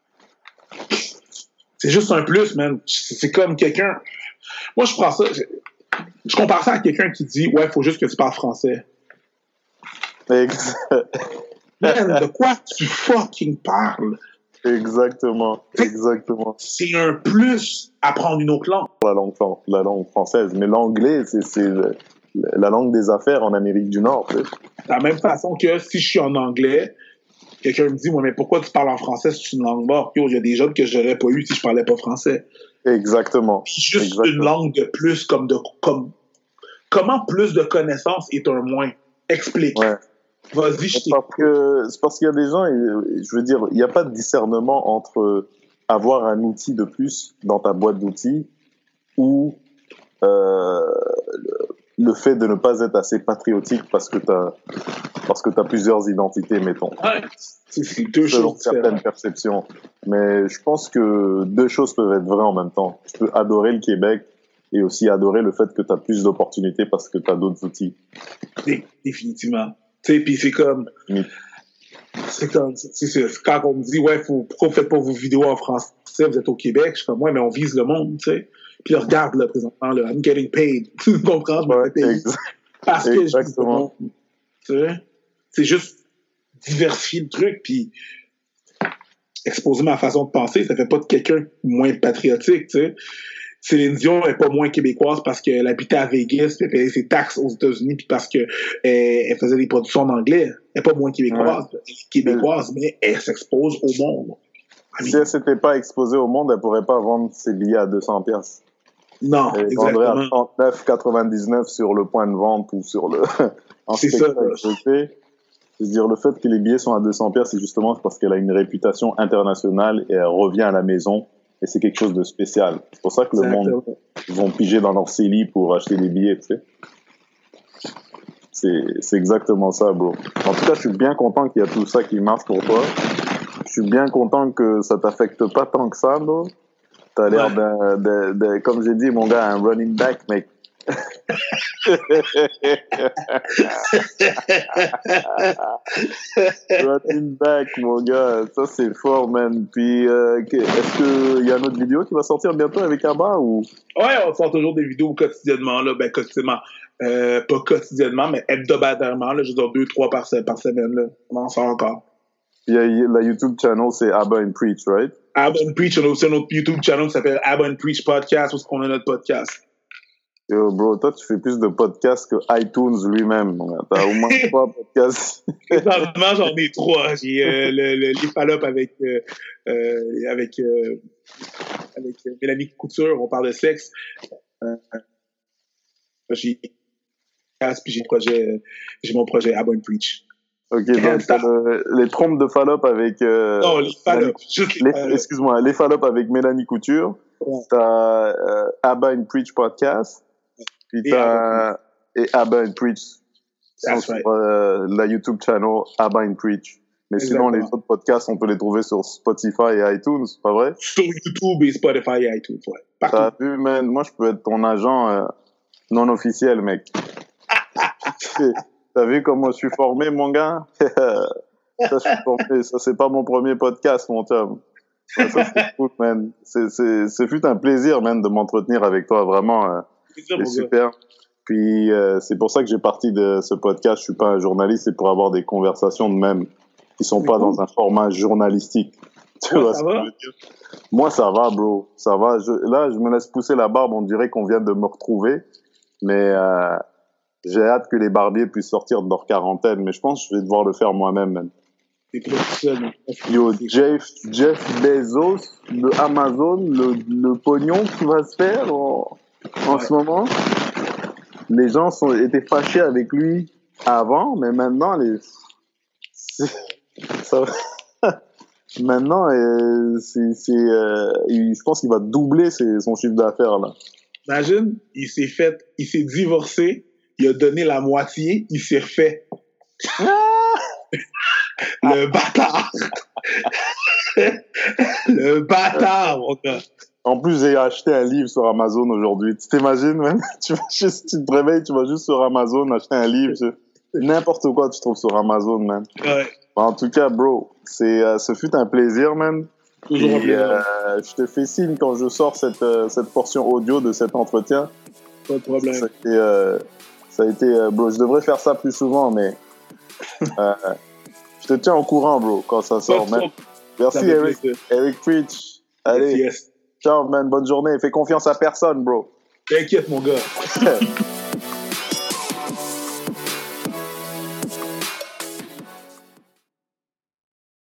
C'est juste un plus, man. C'est comme quelqu'un... Moi, je prends ça... Je, je compare ça à quelqu'un qui dit « Ouais, il faut juste que tu parles français. » Exact. Man, de quoi tu fucking parles? Exactement, exactement. C'est un plus apprendre une autre langue. La langue, la langue française. Mais l'anglais, c'est, c'est le, la langue des affaires en Amérique du Nord. Tu sais. De la même façon que si je suis en anglais, quelqu'un me dit ouais, « Mais pourquoi tu parles en français si c'est une langue morte? » Yo, il y a des jobs que j'aurais pas eu si je parlais pas français. Exactement. Juste Exactement. une langue de plus, comme de... Comme, comment plus de connaissances est un moins? Explique. Ouais. Vas-y, je c'est parce que C'est parce qu'il y a des gens, je veux dire, il n'y a pas de discernement entre avoir un outil de plus dans ta boîte d'outils ou euh, le fait de ne pas être assez patriotique parce que tu as parce que tu as plusieurs identités, mettons. Ouais, c'est, c'est deux Selon choses certaines différentes. perceptions. Mais je pense que deux choses peuvent être vraies en même temps. Tu peux adorer le Québec et aussi adorer le fait que tu as plus d'opportunités parce que tu as d'autres outils. Dé- définitivement. Tu sais, puis c'est comme... Oui. C'est comme... C'est, c'est, quand on me dit, ouais, faut, pourquoi vous faites pas vos vidéos en français, vous êtes au Québec, je suis comme, ouais, mais on vise le monde, tu sais. Puis là, regarde, là, présentement, là, I'm getting paid. Tu comprends? Je me Ouais, fais payer. exact. Parce que je vise le Exactement. monde. Tu sais? C'est juste diversifier le truc, puis exposer ma façon de penser, ça fait pas de quelqu'un moins patriotique, tu sais. Céline Dion n'est pas moins québécoise parce qu'elle habitait à Vegas, puis elle payait ses taxes aux États-Unis, puis parce qu'elle elle faisait des productions en anglais. Elle n'est pas moins québécoise. Ouais. Elle est québécoise, mais elle s'expose au monde. Si elle ne s'était pas exposée au monde, elle ne pourrait pas vendre ses billets à deux cents piastres. Non, elle exactement. vendrait à trente-neuf quatre-vingt-dix-neuf sur le point de vente ou sur le... en c'est ça. C'est-à-dire, le fait que les billets sont à deux cents piastres, c'est justement parce qu'elle a une réputation internationale et elle revient à la maison et c'est quelque chose de spécial. C'est pour ça que le monde vont piger dans leur C E L I pour acheter des billets, tu sais. C'est, c'est exactement ça, bro. En tout cas, je suis bien content qu'il y a tout ça qui marche pour toi. Je suis bien content que ça t'affecte pas tant que ça, bro. T'as l'air ouais. d'un, d'un, d'un, comme j'ai dit, mon gars, un running back, mec. Running back, mon gars, ça c'est fort, man. Puis, euh, est-ce qu'il y a une autre vidéo qui va sortir bientôt avec Abba ou? Ouais, on sort toujours des vidéos quotidiennement, là, ben quotidiennement, euh, pas quotidiennement, mais hebdomadairement, là, je veux dire deux, trois par, par semaine, là. On en sort encore. Puis, la YouTube channel, c'est Abba and Preach, right? Abba and Preach, on a aussi un autre YouTube channel qui s'appelle Abba and Preach Podcast, où est-ce qu'on a notre podcast. Yo, bro, toi, tu fais plus de podcasts que iTunes lui-même. T'as au moins trois podcasts. Présentement, j'en ai trois. J'ai euh, le, le, les Fall-Up avec, euh, euh, avec, euh, avec Mélanie Couture, on parle de sexe. Euh, j'ai puis j'ai, projet, j'ai mon projet Abba and Preach. Ok, donc le, les trompes de Fall-Up avec... Euh, non, les Fall-Up. Juste les, les excuse-moi, les Fall-Up avec Mélanie Couture. Ouais. T'as euh, Abba and Preach Podcast. Puis et t'as et Abba and Preach right. sur euh, la YouTube channel Abba and Preach. Mais Exactement. Sinon, les autres podcasts, on peut les trouver sur Spotify et iTunes, c'est pas vrai? Sur YouTube et Spotify et iTunes, ouais. Partout. T'as vu, man? Moi, je peux être ton agent euh, non officiel, mec. T'as vu comment je suis formé, mon gars? Ça, je suis formé. Ça, c'est pas mon premier podcast, mon chum. Ça, ça c'est cool, man. C'est, c'est, c'est fut un plaisir, man, de m'entretenir avec toi, vraiment. Euh, c'est super. Puis euh, c'est pour ça que j'ai parti de ce podcast. Je suis pas un journaliste, c'est pour avoir des conversations de même qui sont c'est pas cool. Dans un format journalistique. Tu ouais, vois ça ce va? que je veux dire? Moi, ça va, bro. Ça va. Je, là, je me laisse pousser la barbe. On dirait qu'on vient de me retrouver, mais euh, j'ai hâte que les barbiers puissent sortir de leur quarantaine. Mais je pense que je vais devoir le faire moi-même, man. Yo, Jeff, Jeff Bezos, le Amazon, le, le pognon qui va se faire en, en ouais. ce moment. Les gens sont, étaient fâchés avec lui avant, mais maintenant, les, ça, maintenant, euh, c'est, c'est, euh, il, je pense qu'il va doubler ses, son chiffre d'affaires, là. Imagine, il s'est fait, il s'est divorcé, il a donné la moitié, il s'est refait. Le bâtard! Le bâtard, mon gars! En plus, j'ai acheté un livre sur Amazon aujourd'hui. Tu t'imagines, man? Tu vas juste, tu te réveilles, tu vas juste sur Amazon acheter un livre. N'importe quoi tu trouves sur Amazon, man. Ouais. En tout cas, bro, c'est, euh, ce fut un plaisir, man. Toujours Et, un plaisir. Euh, je te fais signe quand je sors cette, euh, cette portion audio de cet entretien. Pas de problème. Ça a été, euh, ça a été euh, bro, je devrais faire ça plus souvent, mais euh, je te tiens au courant, bro, quand ça sort, man. Merci, Eric. Eric Preach. Allez. Yes, yes. Ciao, man. Bonne journée. Fais confiance à personne, bro. T'inquiète, mon gars.